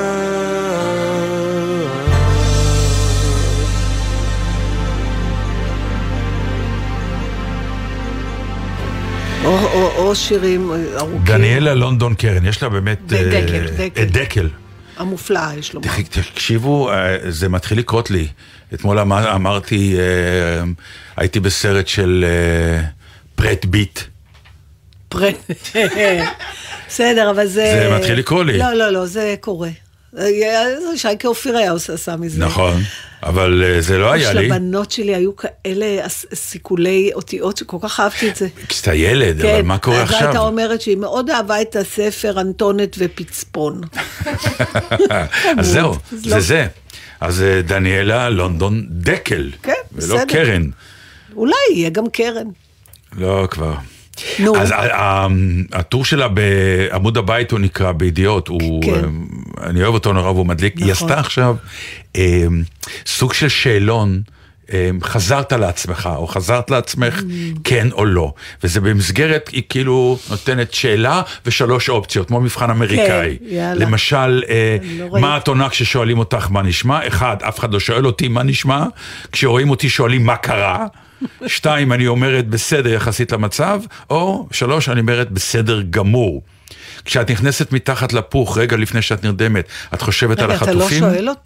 או, או, או שירים ארוכים. דניאלה לונדון קרן, יש לה באמת... דקל, אה, דקל. דקל. המופלאה, יש לומר. תקשיבו, אה, זה מתחיל לקרות לי. אתמול אמר, אמרתי, אה, הייתי בסרט של אה, פרט ביט. פרט. בסדר, אבל זה... זה מתחיל לקרוא לי. לא, לא, לא, זה קורה. שייקה אופיר היה עושה מזה. נכון, אבל אה, זה לא היה לי. של הבנות שלי היו כאלה סיכולי אותיות שכל כך אהבתי את זה. כשאתה ילד, אבל מה קורה עכשיו? והייתה אומרת שהיא מאוד אהבה את הספר אנטונת ופצפון. אז זהו, זה זה. אז דניאלה לונדון דקל. כן, ולא בסדר. קרן. אולי יהיה גם קרן. לא, כבר. נו. אז הטור שלה בעמוד הבית הוא נקרא בידיעות, אני אוהב אותו נורא והוא מדליק. היא עשתה עכשיו סוג של שאלון, חזרת לעצמך או חזרת לעצמך כן או לא, וזה במסגרת, היא כאילו נותנת שאלה ושלוש אופציות, כמו מבחן אמריקאי. למשל, מה את עונה כששואלים אותך מה נשמע? אחד, אף אחד לא שואל אותי מה נשמע, כשרואים אותי שואלים מה קרה. שתיים, אני אומרת בסדר יחסית למצב, או שלוש, אני אומרת בסדר גמור. כשאת נכנסת מתחת לפוך, רגע לפני שאת נרדמת, את חושבת על החטופים? רגע, אתה לא שואל אותי?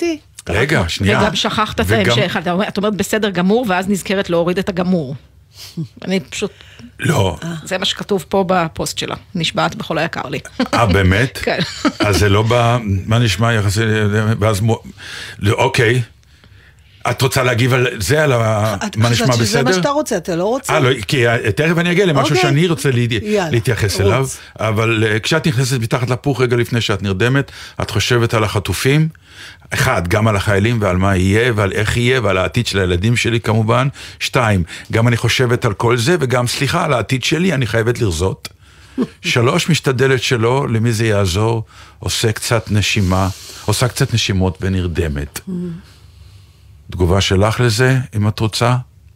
רגע, שנייה. וגם שכחת את ההמשך, את אומרת בסדר גמור, ואז נזכרת להוריד את הגמור. אני פשוט... לא. זה מה שכתוב פה בפוסט שלה, נשבעת בכל היקר לי. אה, באמת? כן. אז זה לא בא, מה נשמע יחסי, ואז, אוקיי. את רוצה להגיב על זה, על מה נשמע בסדר? את חושבת שזה מה שאתה רוצה, אתה לא רוצה? אה, לא, כי תכף אני אגיע למשהו שאני רוצה להתייחס אליו, אבל כשאת נכנסת מתחת לפוך רגע לפני שאת נרדמת, את חושבת על החטופים, אחד, גם על החיילים ועל מה יהיה ועל איך יהיה ועל העתיד של הילדים שלי כמובן, שתיים, גם אני חושבת על כל זה וגם סליחה על העתיד שלי, אני חייבת לרזות. שלוש, משתדלת שלא, למי זה יעזור, עושה קצת נשימה, עושה קצת נשימות ונרדמת. תגובה שלך לזה, אם את רוצה?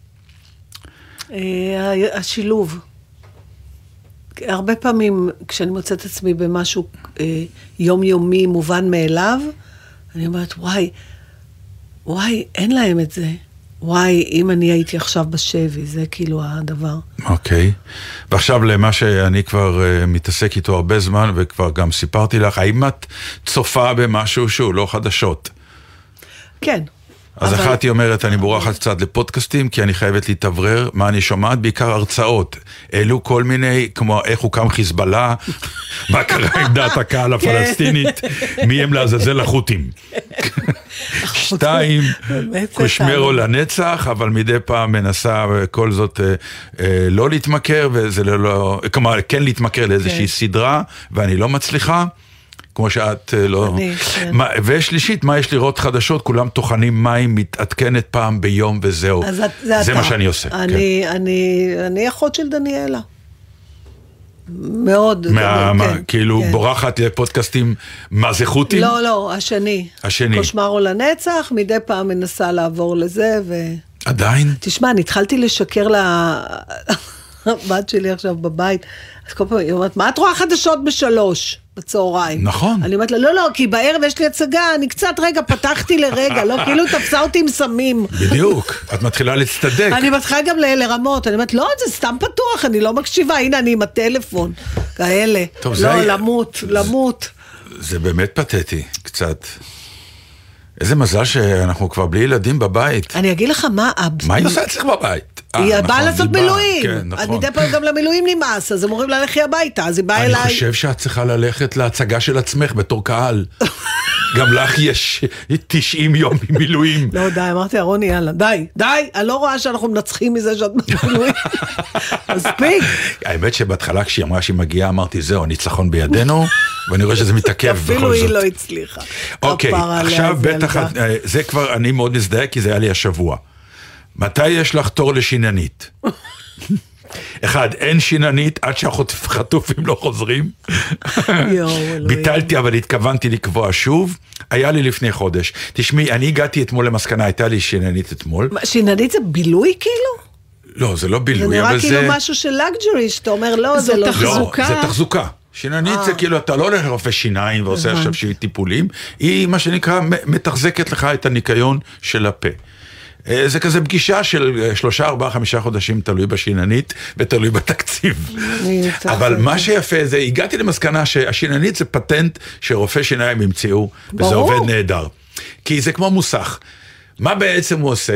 השילוב. הרבה פעמים, כשאני מוצאת עצמי במשהו יומיומי, מובן מאליו, אני אומרת, וואי, וואי, אין להם את זה. וואי, אם אני הייתי עכשיו בשבי, זה כאילו הדבר. אוקיי. ועכשיו למה שאני כבר מתעסק איתו הרבה זמן, וכבר גם סיפרתי לך, האם את צופה במשהו שהוא לא חדשות? כן. אז אבל... אחת היא אומרת, אני בורחת קצת לפודקאסטים, כי אני חייבת להתאוורר, מה אני שומעת? בעיקר הרצאות. העלו כל מיני, כמו איך הוקם חיזבאללה, מה קרה עם דעת הקהל הפלסטינית, מי הם לעזאזל החות'ים. שתיים, קושמרו לנצח, אבל מדי פעם מנסה כל זאת לא להתמכר, וזה לא, כלומר, כן להתמכר לאיזושהי סדרה, ואני לא מצליחה. כמו שאת לא... ושלישית, מה יש לראות חדשות? כולם תוכנים מים, מתעדכנת פעם ביום וזהו. זה מה שאני עושה. אני אחות של דניאלה. מאוד. כאילו בורחת לפודקאסטים, מה זה חות'ים? לא, לא, השני. השני. קושמרו לנצח, מדי פעם מנסה לעבור לזה ו... עדיין? תשמע, אני התחלתי לשקר לבת שלי עכשיו בבית, אז כל פעם היא אומרת, מה את רואה חדשות בשלוש? בצהריים. נכון. אני אומרת לה, לא, לא, כי בערב יש לי הצגה, אני קצת רגע פתחתי לרגע, לא, כאילו תפסה אותי עם סמים. בדיוק, את מתחילה להצטדק. אני מתחילה גם לרמות, אני אומרת, לא, זה סתם פתוח, אני לא מקשיבה, הנה אני עם הטלפון, כאלה. טוב, לא, זה... למות, למות. זה באמת פתטי, קצת. איזה מזל שאנחנו כבר בלי ילדים בבית. אני אגיד לך מה... מה היא עושה אצלך בבית? היא באה לעשות מילואים. כן, נכון. אז מדי פעם גם למילואים נמאס, אז הם אומרים ללכי הביתה, אז היא באה אליי. אני חושב שאת צריכה ללכת להצגה של עצמך בתור קהל. גם לך יש תשעים יום ממילואים. לא, די, אמרתי, ארוני, יאללה, די, די, אני לא רואה שאנחנו מנצחים מזה שאת במילואים. מספיק. האמת שבהתחלה כשהיא אמרה שהיא מגיעה, אמרתי, זהו, ניצחון בידינו, ואני רואה שזה מתעכב בכל זאת. אפילו היא לא הצליחה. אוקיי, עכשיו בטח, זה כבר, אני מאוד מזדהה, כי זה היה לי השבוע. מתי יש לך תור לשיננית? אחד, אין שיננית עד שהחטופים לא חוזרים. ביטלתי, אבל התכוונתי לקבוע שוב. היה לי לפני חודש. תשמעי, אני הגעתי אתמול למסקנה, הייתה לי שיננית אתמול. שיננית זה בילוי כאילו? לא, זה לא בילוי, אבל זה... זה נראה כאילו משהו של לג'רי, שאתה אומר, לא, זה לא תחזוקה. לא, זה תחזוקה. שיננית זה כאילו, אתה לא הולך לרופא שיניים ועושה עכשיו שהיא טיפולים, היא מה שנקרא, מתחזקת לך את הניקיון של הפה. זה כזה פגישה של שלושה, ארבעה, חמישה חודשים, תלוי בשיננית ותלוי בתקציב. אבל מה שיפה זה, הגעתי למסקנה שהשיננית זה פטנט שרופא שיניים המציאו, וזה עובד נהדר. כי זה כמו מוסך. מה בעצם הוא עושה?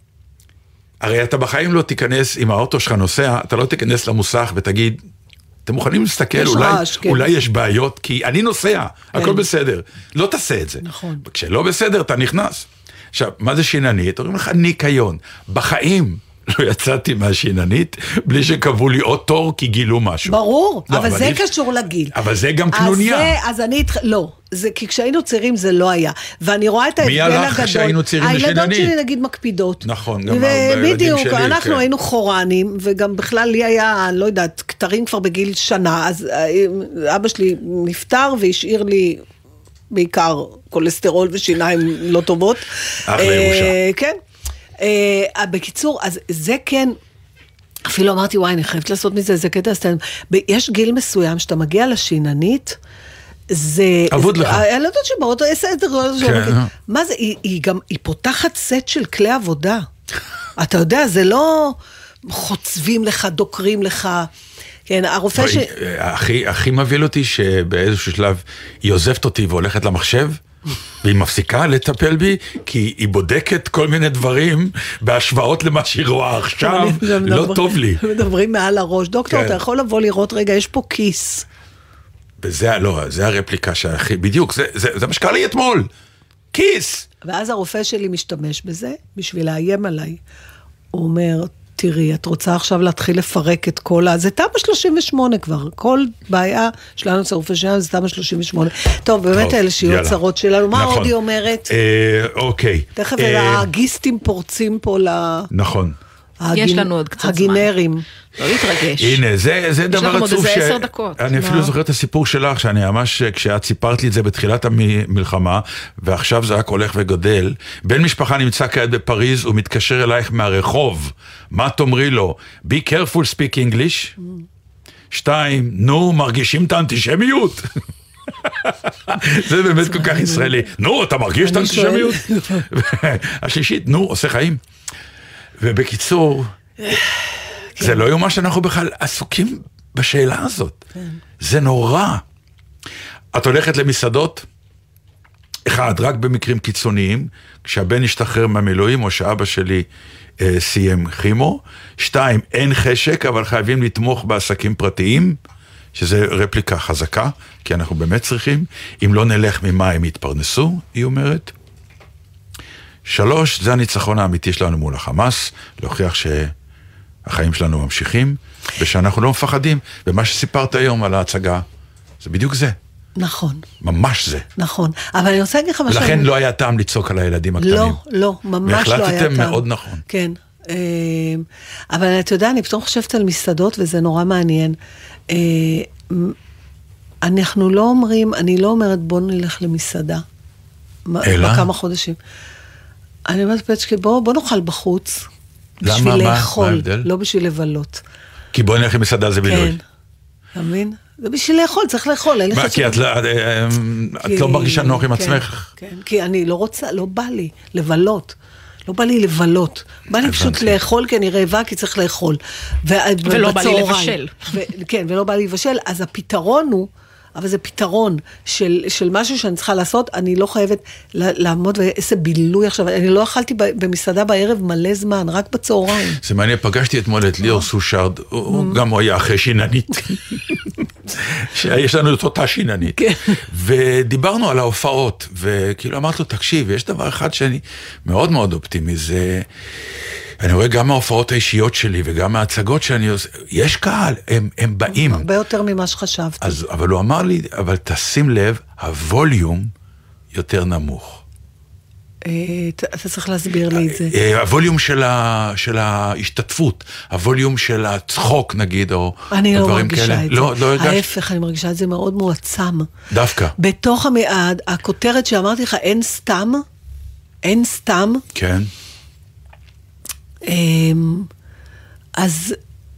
הרי אתה בחיים לא תיכנס, אם האוטו שלך נוסע, אתה לא תיכנס למוסך ותגיד, אתם מוכנים להסתכל, אולי, כן. אולי יש בעיות, כי אני נוסע, כן. הכל בסדר. לא תעשה את זה. נכון. כשלא בסדר, אתה נכנס. עכשיו, מה זה שיננית? אומרים לך ניקיון. בחיים לא יצאתי מהשיננית, בלי שקבעו לי עוד תור, כי גילו משהו. ברור, לא, אבל, אבל זה אני... קשור לגיל. אבל זה גם קנוניה. אז, זה, אז אני, לא, זה, כי כשהיינו צעירים זה לא היה. ואני רואה את ההבדל הגדול. מי הלך כשהיינו צעירים לשיננית? הילדות שלי נגיד מקפידות. נכון, גם הילדים בדיוק, שלי. אנחנו כן. היינו חורנים, וגם בכלל לי היה, לא יודעת, כתרים כבר בגיל שנה, אז אבא שלי נפטר והשאיר לי... בעיקר קולסטרול ושיניים לא טובות. אחלה ירושה. כן. בקיצור, אז זה כן, אפילו אמרתי, וואי, אני חייבת לעשות מזה, זה קטע, יש גיל מסוים שאתה מגיע לשיננית, זה... עבוד לך. הילדות שבאות, מה זה, היא גם, היא פותחת סט של כלי עבודה. אתה יודע, זה לא חוצבים לך, דוקרים לך... כן, הרופא בואי, ש... הכי, הכי מביא אותי שבאיזשהו שלב היא עוזבת אותי והולכת למחשב, והיא מפסיקה לטפל בי, כי היא בודקת כל מיני דברים, בהשוואות למה שהיא רואה עכשיו, לא טוב לי. מדברים מעל הראש. דוקטור, אתה יכול לבוא לראות, רגע, יש פה כיס. וזה, לא, זה הרפליקה שהכי, בדיוק, זה, זה, זה מה שקרה לי אתמול. כיס. ואז הרופא שלי משתמש בזה, בשביל לאיים עליי. הוא אומר, תראי, את רוצה עכשיו להתחיל לפרק את כל ה... זה תמ"א שלושים ושמונה כבר, כל בעיה שלנו אצל רופא שלנו זה תמ"א שלושים ושמונה. טוב, באמת אלה שיהיו הצרות שלנו. מה עוד היא אומרת? אוקיי. תכף הגיסטים פורצים פה ל... נכון. יש לנו עוד קצת זמן. הגינרים. לא להתרגש. הנה, זה דבר עצוב ש... אני אפילו זוכר את הסיפור שלך, שאני ממש, כשאת סיפרת לי את זה בתחילת המלחמה, ועכשיו זה רק הולך וגודל, בן משפחה נמצא כעת בפריז, הוא מתקשר אלייך מהרחוב, מה תאמרי לו? Be careful speak English. שתיים, נו, מרגישים את האנטישמיות. זה באמת כל כך ישראלי. נו, אתה מרגיש את האנטישמיות? השלישית, נו, עושה חיים. ובקיצור, זה לא יומה שאנחנו בכלל עסוקים בשאלה הזאת. זה נורא. את הולכת למסעדות, אחד, רק במקרים קיצוניים, כשהבן ישתחרר מהמילואים, או שאבא שלי אה, סיים כימו. שתיים, אין חשק, אבל חייבים לתמוך בעסקים פרטיים, שזה רפליקה חזקה, כי אנחנו באמת צריכים. אם לא נלך ממה הם יתפרנסו, היא אומרת. שלוש, זה הניצחון האמיתי שלנו מול החמאס, להוכיח שהחיים שלנו ממשיכים, ושאנחנו לא מפחדים, ומה שסיפרת היום על ההצגה, זה בדיוק זה. נכון. ממש זה. נכון. אבל אני רוצה להגיד לך משהו... ולכן לא היה טעם לצעוק על הילדים הקטנים. לא, לא, ממש לא היה טעם. והחלטתם מאוד נכון. כן. אבל אתה יודע, אני פתאום חושבת על מסעדות, וזה נורא מעניין. אנחנו לא אומרים, אני לא אומרת בוא נלך למסעדה. אלא? בכמה חודשים. אני אומרת פצ'קי, בוא, בוא נאכל בחוץ. למה? בשביל מה? לאכול, מה ההבדל? לא בשביל לבלות. כי בוא נלך למסעדה זה בילוי. כן. אתה מבין? זה בשביל לאכול, צריך לאכול. מה, כי את לא מרגישה נוח עם עצמך? כן, כי אני לא רוצה, לא בא לי לבלות. לא בא לי לבלות. בא לי פשוט לאכול, כי אני רעבה, כי צריך לאכול. ולא בא לי לבשל. כן, ולא בא לי לבשל. אז הפתרון הוא, אבל זה פתרון של, של משהו שאני צריכה לעשות, אני לא חייבת לעמוד ואיזה בילוי עכשיו, אני לא אכלתי במסעדה בערב מלא זמן, רק בצהריים. זה מעניין, פגשתי אתמול את ליאור סושארד, גם הוא היה אחרי שיננית, יש לנו את אותה שיננית, ודיברנו על ההופעות, וכאילו אמרת לו, תקשיב, יש דבר אחד שאני מאוד מאוד אופטימי, זה... אני רואה גם מההופעות האישיות שלי, וגם מההצגות שאני עושה, יש קהל, הם, הם באים. הרבה יותר ממה שחשבתי. אז, אבל הוא אמר לי, אבל תשים לב, הווליום יותר נמוך. אתה צריך להסביר לי את זה. הווליום של, ה, של ההשתתפות, הווליום של הצחוק נגיד, או אני לא מרגישה כאלה. את זה. לא, לא הרגש... ההפך, אני מרגישה את זה מאוד מועצם. דווקא. בתוך המעד, הכותרת שאמרתי לך, אין סתם, אין סתם. כן. אז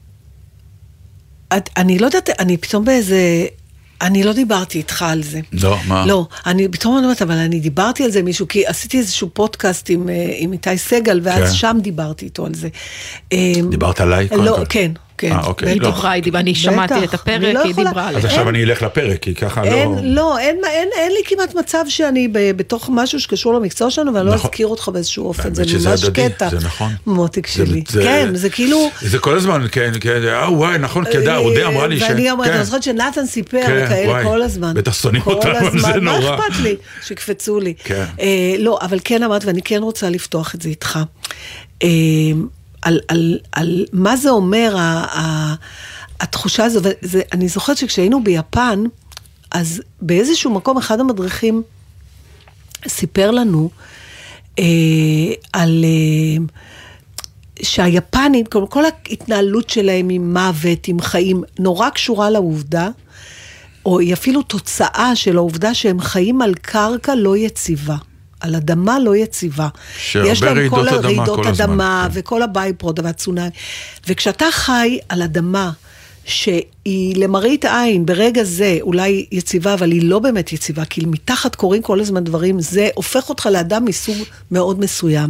אני לא יודעת, אני פתאום באיזה, אני לא דיברתי איתך על זה. לא, מה? לא, אני פתאום אומרת, אבל אני דיברתי על זה מישהו, כי עשיתי איזשהו פודקאסט עם, עם איתי סגל, ואז שם דיברתי איתו על זה. דיברת עליי? לא, כן. כן. אה, אוקיי. היא דיברה, אני שמעתי את הפרק, היא דיברה עליך. אז עכשיו אני אלך לפרק, כי ככה לא... לא, אין לי כמעט מצב שאני בתוך משהו שקשור למקצוע שלנו, ואני לא אזכיר אותך באיזשהו אופן, זה ממש קטע. זה נכון. מותיק שלי. כן, זה כאילו... זה כל הזמן, כן, אה, וואי, נכון, כדאי, רודה אמרה לי ש... ואני אמרת, אני זוכרת שנתן סיפר כאלה כל הזמן. בטח שונאים אותנו, זה נורא. מה אכפת לי? שקפצו לי. לא, אבל כן אמרת, ואני כן רוצה לפתוח את זה איתך. על, על, על מה זה אומר, ה, ה, התחושה הזו, וזה, אני זוכרת שכשהיינו ביפן, אז באיזשהו מקום אחד המדריכים סיפר לנו אה, על אה, שהיפנים, כל, כל ההתנהלות שלהם עם מוות, עם חיים, נורא קשורה לעובדה, או היא אפילו תוצאה של העובדה שהם חיים על קרקע לא יציבה. על אדמה לא יציבה. יש להם כל הרעידות אדמה, וכל הבייפרוד והצונאמי. וכשאתה חי על אדמה, שהיא למראית עין, ברגע זה אולי יציבה, אבל היא לא באמת יציבה, כי מתחת קוראים כל הזמן דברים, זה הופך אותך לאדם מסוג מאוד מסוים.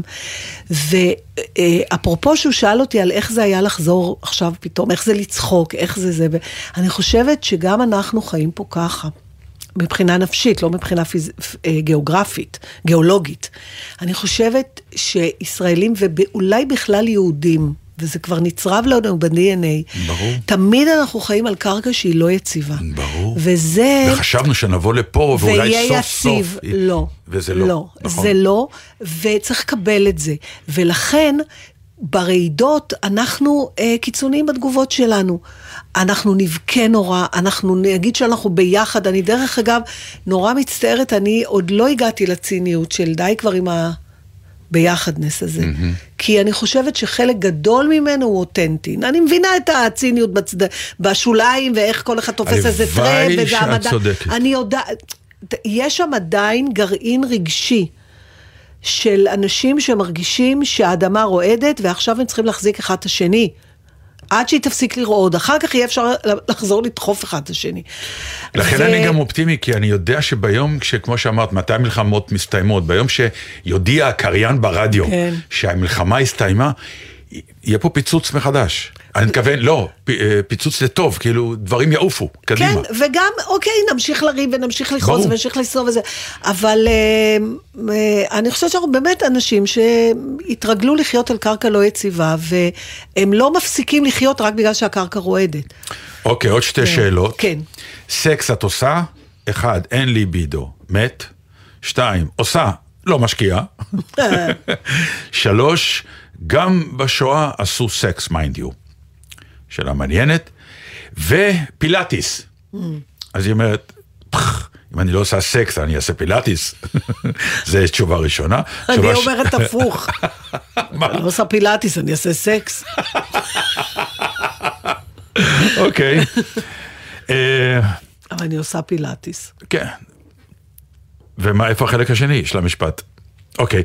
ואפרופו שהוא שאל אותי על איך זה היה לחזור עכשיו פתאום, איך זה לצחוק, איך זה זה, ואני חושבת שגם אנחנו חיים פה ככה. מבחינה נפשית, לא מבחינה פיז... גיאוגרפית, גיאולוגית. אני חושבת שישראלים, ואולי בכלל יהודים, וזה כבר נצרב לנו ב-די אן איי, ברור. תמיד אנחנו חיים על קרקע שהיא לא יציבה. ברור. וזה... וחשבנו שנבוא לפה, ואולי סוף סוף... ויהיה יציב, לא. וזה לא. לא, נכון. זה לא, וצריך לקבל את זה. ולכן, ברעידות, אנחנו אה, קיצוניים בתגובות שלנו. אנחנו נבכה נורא, אנחנו נגיד שאנחנו ביחד. אני דרך אגב, נורא מצטערת, אני עוד לא הגעתי לציניות של די כבר עם ה... ביחדנס הזה. Mm-hmm. כי אני חושבת שחלק גדול ממנו הוא אותנטי. אני מבינה את הציניות בצד... בשוליים, ואיך כל אחד תופס איזה טרם. הלוואי שאת המדע... צודקת. אני יודעת, יש שם עדיין גרעין רגשי, של אנשים שמרגישים שהאדמה רועדת, ועכשיו הם צריכים להחזיק אחד את השני. עד שהיא תפסיק לרעוד, אחר כך יהיה אפשר לחזור לדחוף אחד את השני. לכן ו... אני גם אופטימי, כי אני יודע שביום, כמו שאמרת, מתי המלחמות מסתיימות, ביום שיודיע הקריין ברדיו, כן. שהמלחמה הסתיימה, יהיה פה פיצוץ מחדש. אני מתכוון, לא, פיצוץ לטוב, כאילו דברים יעופו, קדימה. כן, וגם, אוקיי, נמשיך לריב ונמשיך לחוץ ונמשיך לסרוב וזה, אבל אני חושבת שאנחנו באמת אנשים שהתרגלו לחיות על קרקע לא יציבה, והם לא מפסיקים לחיות רק בגלל שהקרקע רועדת. אוקיי, עוד שתי שאלות. כן. סקס את עושה? אחד, אין לי בידו, מת. שתיים, עושה, לא משקיעה. שלוש, גם בשואה עשו סקס, מיינד יו. שאלה מעניינת, ופילאטיס. Mm. אז היא אומרת, אם אני לא עושה סקס, אני אעשה פילאטיס. זו תשובה ראשונה. אני תשובה אומרת ש... הפוך. אני לא עושה פילאטיס, אני אעשה סקס. אוקיי. אבל אני עושה פילאטיס. כן. ומה, איפה החלק השני של המשפט? אוקיי.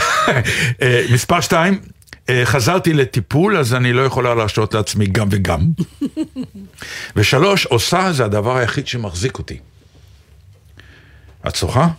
מספר שתיים, חזרתי לטיפול, אז אני לא יכולה להרשות לעצמי גם וגם. ושלוש, עושה זה הדבר היחיד שמחזיק אותי. את שוחה?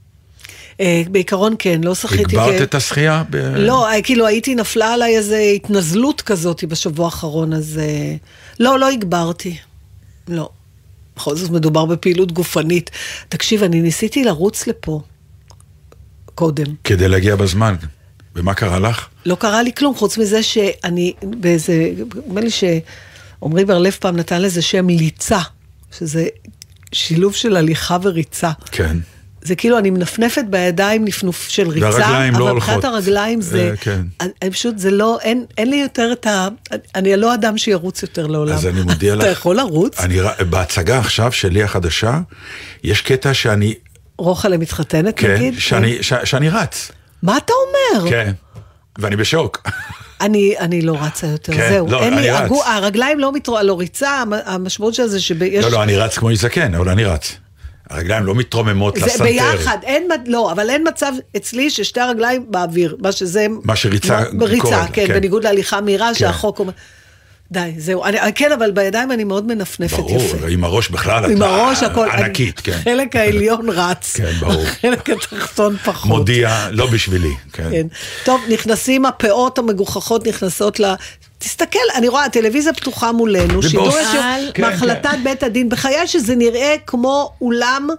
בעיקרון כן, לא שחיתי. הגברת את השחייה? לא, כאילו הייתי נפלה עליי איזו התנזלות כזאת בשבוע האחרון, אז לא, לא הגברתי. לא. בכל זאת מדובר בפעילות גופנית. תקשיב, אני ניסיתי לרוץ לפה קודם. כדי להגיע בזמן. ומה קרה לך? לא קרה לי כלום, חוץ מזה שאני, באיזה, אומר לי שעומרי בר-לב פעם נתן לזה שם ליצה, שזה שילוב של הליכה וריצה. כן. זה כאילו, אני מנפנפת בידיים נפנוף של ריצה, והרגליים לא אבל הולכות. מבחינת הרגליים זה, כן. אני פשוט, זה לא, אין, אין לי יותר את ה, אני לא אדם שירוץ יותר לעולם. אז אני מודיע לך. אתה יכול לרוץ? אני, בהצגה עכשיו שלי החדשה, יש קטע שאני... רוחלה מתחתנת, כן, נגיד? שאני, ש, שאני רץ. מה אתה אומר? כן, ואני בשוק. אני, אני לא רצה יותר, כן, זהו. לא, אין אני לי, רץ. הגו, הרגליים לא מתרוע, לא ריצה, המשמעות של זה שיש... לא, לא, אני רץ כמו איזקן, אבל אני רץ. הרגליים לא מתרוממות לסנטר. זה ביחד, אין, לא, אבל אין מצב אצלי ששתי הרגליים באוויר, מה שזה... מה שריצה בריצה, קוראת, כן, כן. בניגוד להליכה מהירה, כן. שהחוק אומר... די, זהו. אני, כן, אבל בידיים אני מאוד מנפנפת ברור, יפה. ברור, עם הראש בכלל, עם הראש הכל... ענקית, כן. חלק העליון רץ. כן, ברור. חלק התחתון פחות. מודיע, לא בשבילי, כן. כן. טוב, נכנסים הפאות המגוחכות, נכנסות ל... תסתכל, אני רואה, הטלוויזיה פתוחה מולנו, שידור כן, מהחלטת כן. בית הדין, בחיי שזה נראה כמו אולם...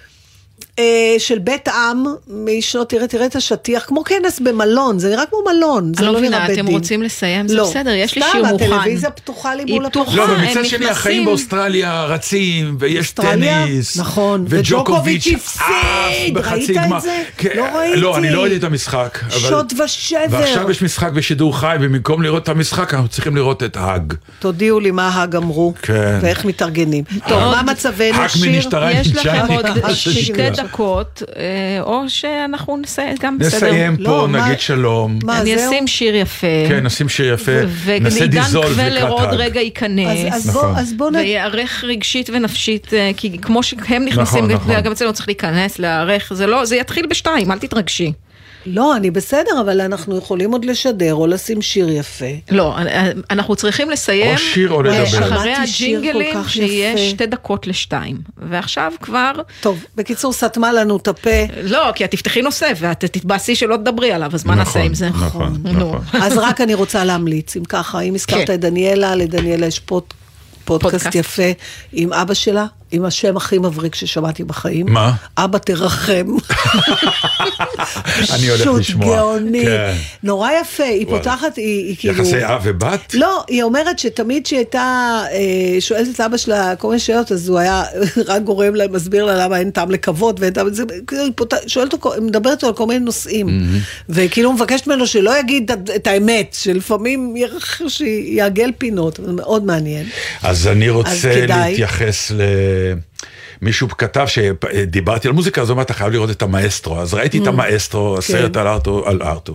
של בית עם, משנות, תראה, תראה את השטיח, כמו כנס במלון, זה נראה כמו מלון, זה לא לא מבינה, נראה בית דין. אתם רוצים לסיים, זה לא. בסדר, יש לי סתם, שיר מוכן. הטלוויזיה פתוחה לי מול הפתוחה. לא, הם במצד שני, נכנסים. החיים באוסטרליה רצים, ויש אוסטרליה? טניס. נכון, וג'וקוביץ' הפסיד, ראית את זה? לא ראיתי. לא, אני לא ראיתי את המשחק. שוד ושבר. ועכשיו יש משחק בשידור חי, ובמקום לראות את המשחק, אנחנו צריכים לראות את האג. תודיעו לי מה האג אמרו, כן. ואיך מתארגנים. טוב, מה מצבנו, שיר? יש לכם עוד שתי דקות, או שאנחנו נסיים, גם בסדר. נסיים פה, נגיד שלום. אני אשים שיר יפה. כן, נשים שיר יפה. נעשה ועידן דיזולב קבלר לקראת עוד האג. רגע ייכנס. אז בוא נ... ויערך רגשית ונפשית, כי כמו שהם נכנסים, גם אצלנו צריך להיכנס, להערך, זה יתחיל בשתיים, אל תתרגשי. לא, אני בסדר, אבל אנחנו יכולים עוד לשדר, או לשים שיר יפה. לא, אנחנו צריכים לסיים, או שיר או לדבר. אחרי הג'ינגלים, שיש שתי דקות לשתיים. ועכשיו כבר... טוב, בקיצור, סתמה לנו את הפה. לא, כי את תפתחי נושא, ואת תתבאסי שלא תדברי עליו, אז מה נעשה עם זה? נכון, נכון. אז רק אני רוצה להמליץ, אם ככה, אם הזכרת את דניאלה, לדניאלה יש פודקאסט יפה עם אבא שלה, עם השם הכי מבריק ששמעתי בחיים. מה? אבא תרחם. אני הולך לשמוע. פשוט גאוני. נורא יפה, היא פותחת, היא כאילו... יחסי אב ובת? לא, היא אומרת שתמיד שהייתה שואלת את אבא שלה כל מיני שאלות, אז הוא היה רק גורם לה, מסביר לה למה אין טעם לכבוד, שואלת אותו, מדברת אותו על כל מיני נושאים, וכאילו מבקשת ממנו שלא יגיד את האמת, שלפעמים יעגל פינות, זה מאוד מעניין. אז אני רוצה להתייחס ל... מישהו כתב שדיברתי על מוזיקה, אז הוא אומר, אתה חייב לראות את המאסטרו. אז ראיתי את המאסטרו, הסרט על ארתו, על ארתו,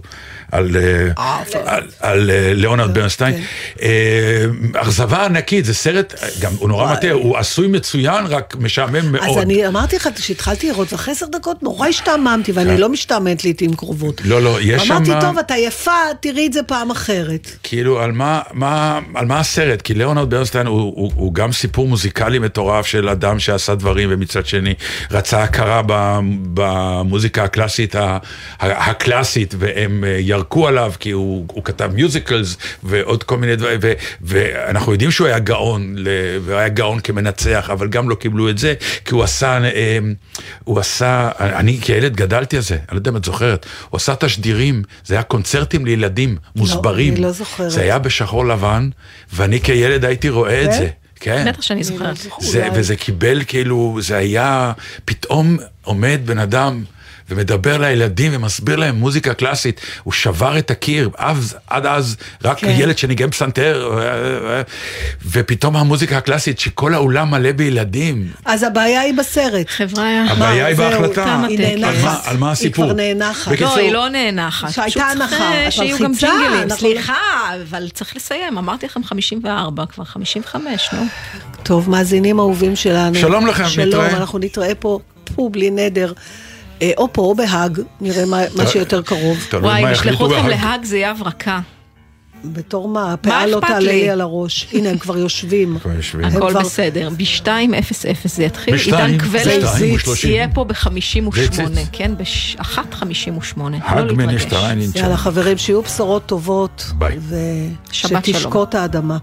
על ליאונרד ברנסטיין. אכזבה ענקית, זה סרט, גם הוא נורא מטה, הוא עשוי מצוין, רק משעמם מאוד. אז אני אמרתי לך, שהתחלתי לראות, ואחרי עשר דקות נורא השתעממתי, ואני לא משתעממת לעתים קרובות. לא, לא, יש שם... אמרתי, טוב, אתה יפה, תראי את זה פעם אחרת. כאילו, על מה הסרט? כי ליאונרד ברנסטיין הוא גם סיפור מוזיקלי מטורף של אדם שעשה דברים, ומצד שני רצה הכרה במוזיקה הקלאסית, הקלאסית, והם ירקו עליו, כי הוא, הוא כתב מיוזיקלס, ועוד כל מיני דברים, ו, ואנחנו יודעים שהוא היה גאון, והוא היה גאון כמנצח, אבל גם לא קיבלו את זה, כי הוא עשה, הוא עשה, אני כילד גדלתי על זה, אני לא יודע אם את זוכרת, הוא עשה תשדירים, זה היה קונצרטים לילדים, מוסברים, לא, אני לא זוכרת. זה היה בשחור לבן, ואני כילד הייתי רואה את זה. כן. בטח שאני זוכרת. זה, וזה קיבל כאילו, זה היה, פתאום עומד בן אדם ומדבר לילדים ומסביר להם מוזיקה קלאסית, הוא שבר את הקיר, אז, עד אז רק כן. ילד שניגן פסנתר, ופתאום המוזיקה הקלאסית שכל העולם מלא בילדים. אז הבעיה היא בסרט. חבריה. הבעיה היא בהחלטה. היא נאנחת. על מה הסיפור? היא כבר נאנחת. לא, היא לא נאנחת. שהייתה הנחה. שיהיו גם ג'ינגלים. סליחה, אבל צריך לסיים. אמרתי לכם חמישים וארבע, כבר חמישים וחמש, נו. טוב, מאזינים אהובים שלנו. שלום לכם, נתראה. נתראה. שלום, אנחנו נתראה פה, פה בלי נדר. או פה או בהג, נראה מה שיותר קרוב. וואי, משלחו אתכם להג זה יהיה הברקה. בתור מה? הפעה לא תעלה לי על הראש. הנה, הם כבר יושבים. הכל בסדר. ב-שתיים אפס אפס זה יתחיל. עידן קבלר יהיה פה ב-חמישים ושמונה. כן, ב-אחת חמישים ושמונה. הג מנשתריים ננצ'ה. יאללה, חברים, שיהיו בשורות טובות. ביי. ושתשקוט האדמה.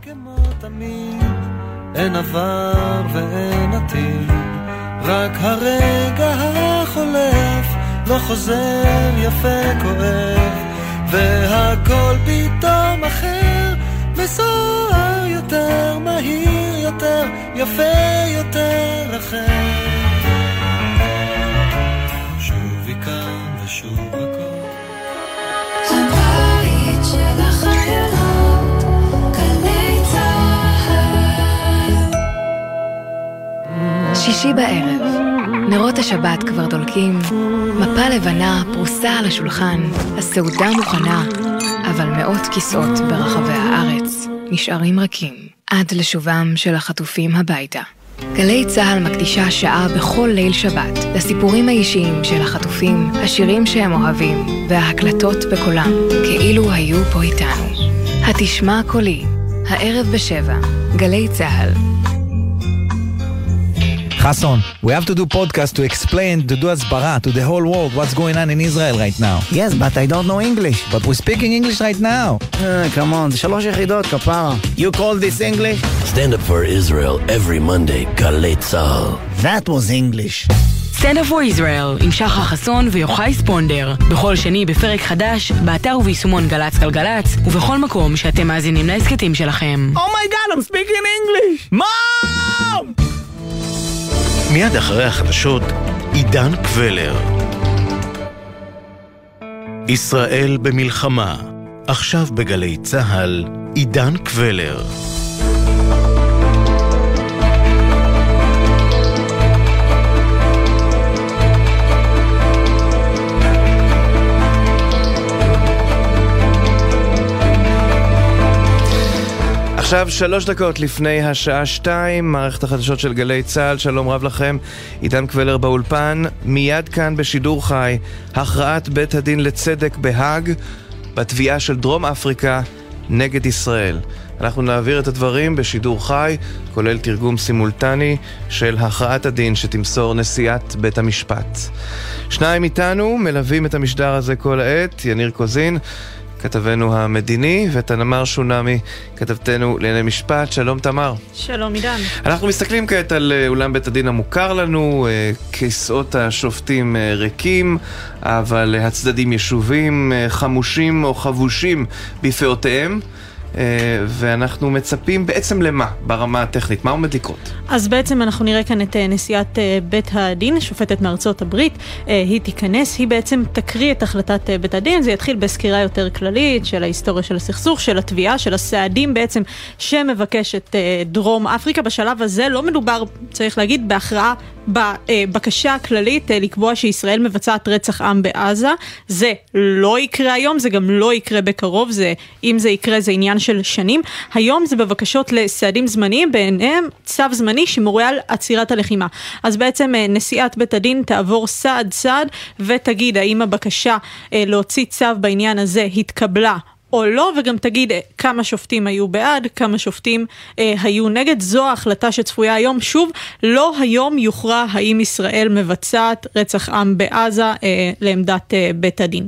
אין עבר ואין עתיד, רק הרגע החולף לא חוזר, יפה כואב, והכל פתאום אחר, מסוער יותר, מהיר יותר, יפה יותר אחר. שוב יקם ושוב הכל הבית של החיילות, גלי צהל. שישי בערב, נרות השבת כבר דולקים, מפה לבנה פרוסה על השולחן, הסעודה מוכנה, אבל מאות כיסאות ברחבי הארץ נשארים רכים עד לשובם של החטופים הביתה. גלי צהל מקדישה שעה בכל ליל שבת לסיפורים האישיים של החטופים, השירים שהם אוהבים וההקלטות בקולם, כאילו היו פה איתנו. התשמע קולי, הערב בשבע, גלי צהל. Hassan, we have to do podcast to explain, to do asbara to the whole world what's going on in Israel right now. Yes, but I don't know English. But we're speaking English right now. Uh, come on, זה שלוש יחידות, כפרה. You call this English? Stand up for Israel every Monday, גלי צהל. That was English. Stand up for Israel עם שחר חסון ויוחאי ספונדר. בכל שני בפרק חדש, באתר וביישומון גלץ גלגלץ, ובכל מקום שאתם מאזינים להסכתים שלכם. Oh my God, I'm speaking English! Mom! מיד אחרי החדשות, עידן קבלר. ישראל במלחמה. עכשיו בגלי צהל, עידן קבלר. עכשיו שלוש דקות לפני השעה שתיים, מערכת החדשות של גלי צהל, שלום רב לכם, עידן קבלר באולפן, מיד כאן בשידור חי, הכרעת בית הדין לצדק בהאג, בתביעה של דרום אפריקה נגד ישראל. אנחנו נעביר את הדברים בשידור חי, כולל תרגום סימולטני של הכרעת הדין שתמסור נשיאת בית המשפט. שניים איתנו מלווים את המשדר הזה כל העת, יניר קוזין, כתבנו המדיני, ותמר שונמי, כתבתנו לענייני משפט. שלום תמר. שלום עידן. אנחנו מסתכלים כעת על אולם בית הדין המוכר לנו, כיסאות השופטים ריקים, אבל הצדדים ישובים, חמושים או חבושים בפאותיהם. ואנחנו מצפים בעצם למה ברמה הטכנית? מה עומד לקרות? אז בעצם אנחנו נראה כאן את נשיאת בית הדין, שופטת מארצות הברית. היא תיכנס, היא בעצם תקריא את החלטת בית הדין. זה יתחיל בסקירה יותר כללית של ההיסטוריה של הסכסוך, של התביעה, של הסעדים בעצם שמבקשת דרום אפריקה. בשלב הזה לא מדובר, צריך להגיד, בהכרעה בבקשה הכללית לקבוע שישראל מבצעת רצח עם בעזה. זה לא יקרה היום, זה גם לא יקרה בקרוב. זה, אם זה יקרה זה עניין של שנים. היום זה בבקשות לסעדים זמניים, ביניהם צו זמני שמורה על עצירת הלחימה. אז בעצם נשיאת בית הדין תעבור סעד סעד ותגיד האם הבקשה להוציא צו בעניין הזה התקבלה או לא, וגם תגיד כמה שופטים היו בעד, כמה שופטים אה, היו נגד. זו ההחלטה שצפויה היום. שוב, לא היום יוכרע האם ישראל מבצעת רצח עם בעזה אה, לעמדת אה, בית הדין.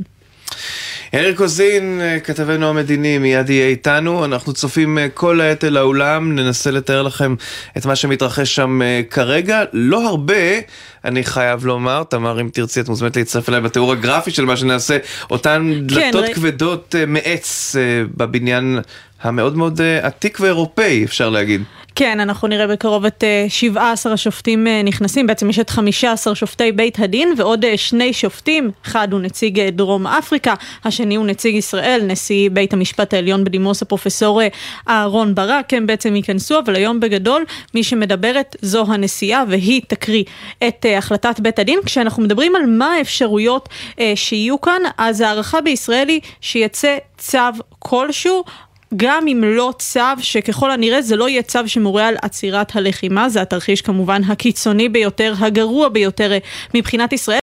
יאיר קוזין, כתבנו המדיני, מיד יהיה איתנו. אנחנו צופים כל העת אל האולם, ננסה לתאר לכם את מה שמתרחש שם כרגע. לא הרבה, אני חייב לומר, תמר, אם תרצי, את מוזמנת להצטרף אליי בתיאור הגרפי של מה שנעשה, אותן דלתות כן, כבדות ר... מעץ בבניין המאוד מאוד עתיק ואירופאי, אפשר להגיד. כן, אנחנו נראה בקרוב את שבעה עשר השופטים נכנסים, בעצם יש את חמישה עשר שופטי בית הדין ועוד שני שופטים, אחד הוא נציג דרום אפריקה, השני הוא נציג ישראל, נשיא בית המשפט העליון בדימוס הפרופסור אהרון ברק, הם בעצם ייכנסו, אבל היום בגדול מי שמדברת זו הנשיאה והיא תקריא את החלטת בית הדין. כשאנחנו מדברים על מה האפשרויות שיהיו כאן, אז הערכה בישראל היא שיצא צו כלשהו, גם אם לא צו שככל הנראה זה לא יהיה צו שמורה על עצירת הלחימה, זה התרחיש כמובן הקיצוני ביותר, הגרוע ביותר מבחינת ישראל.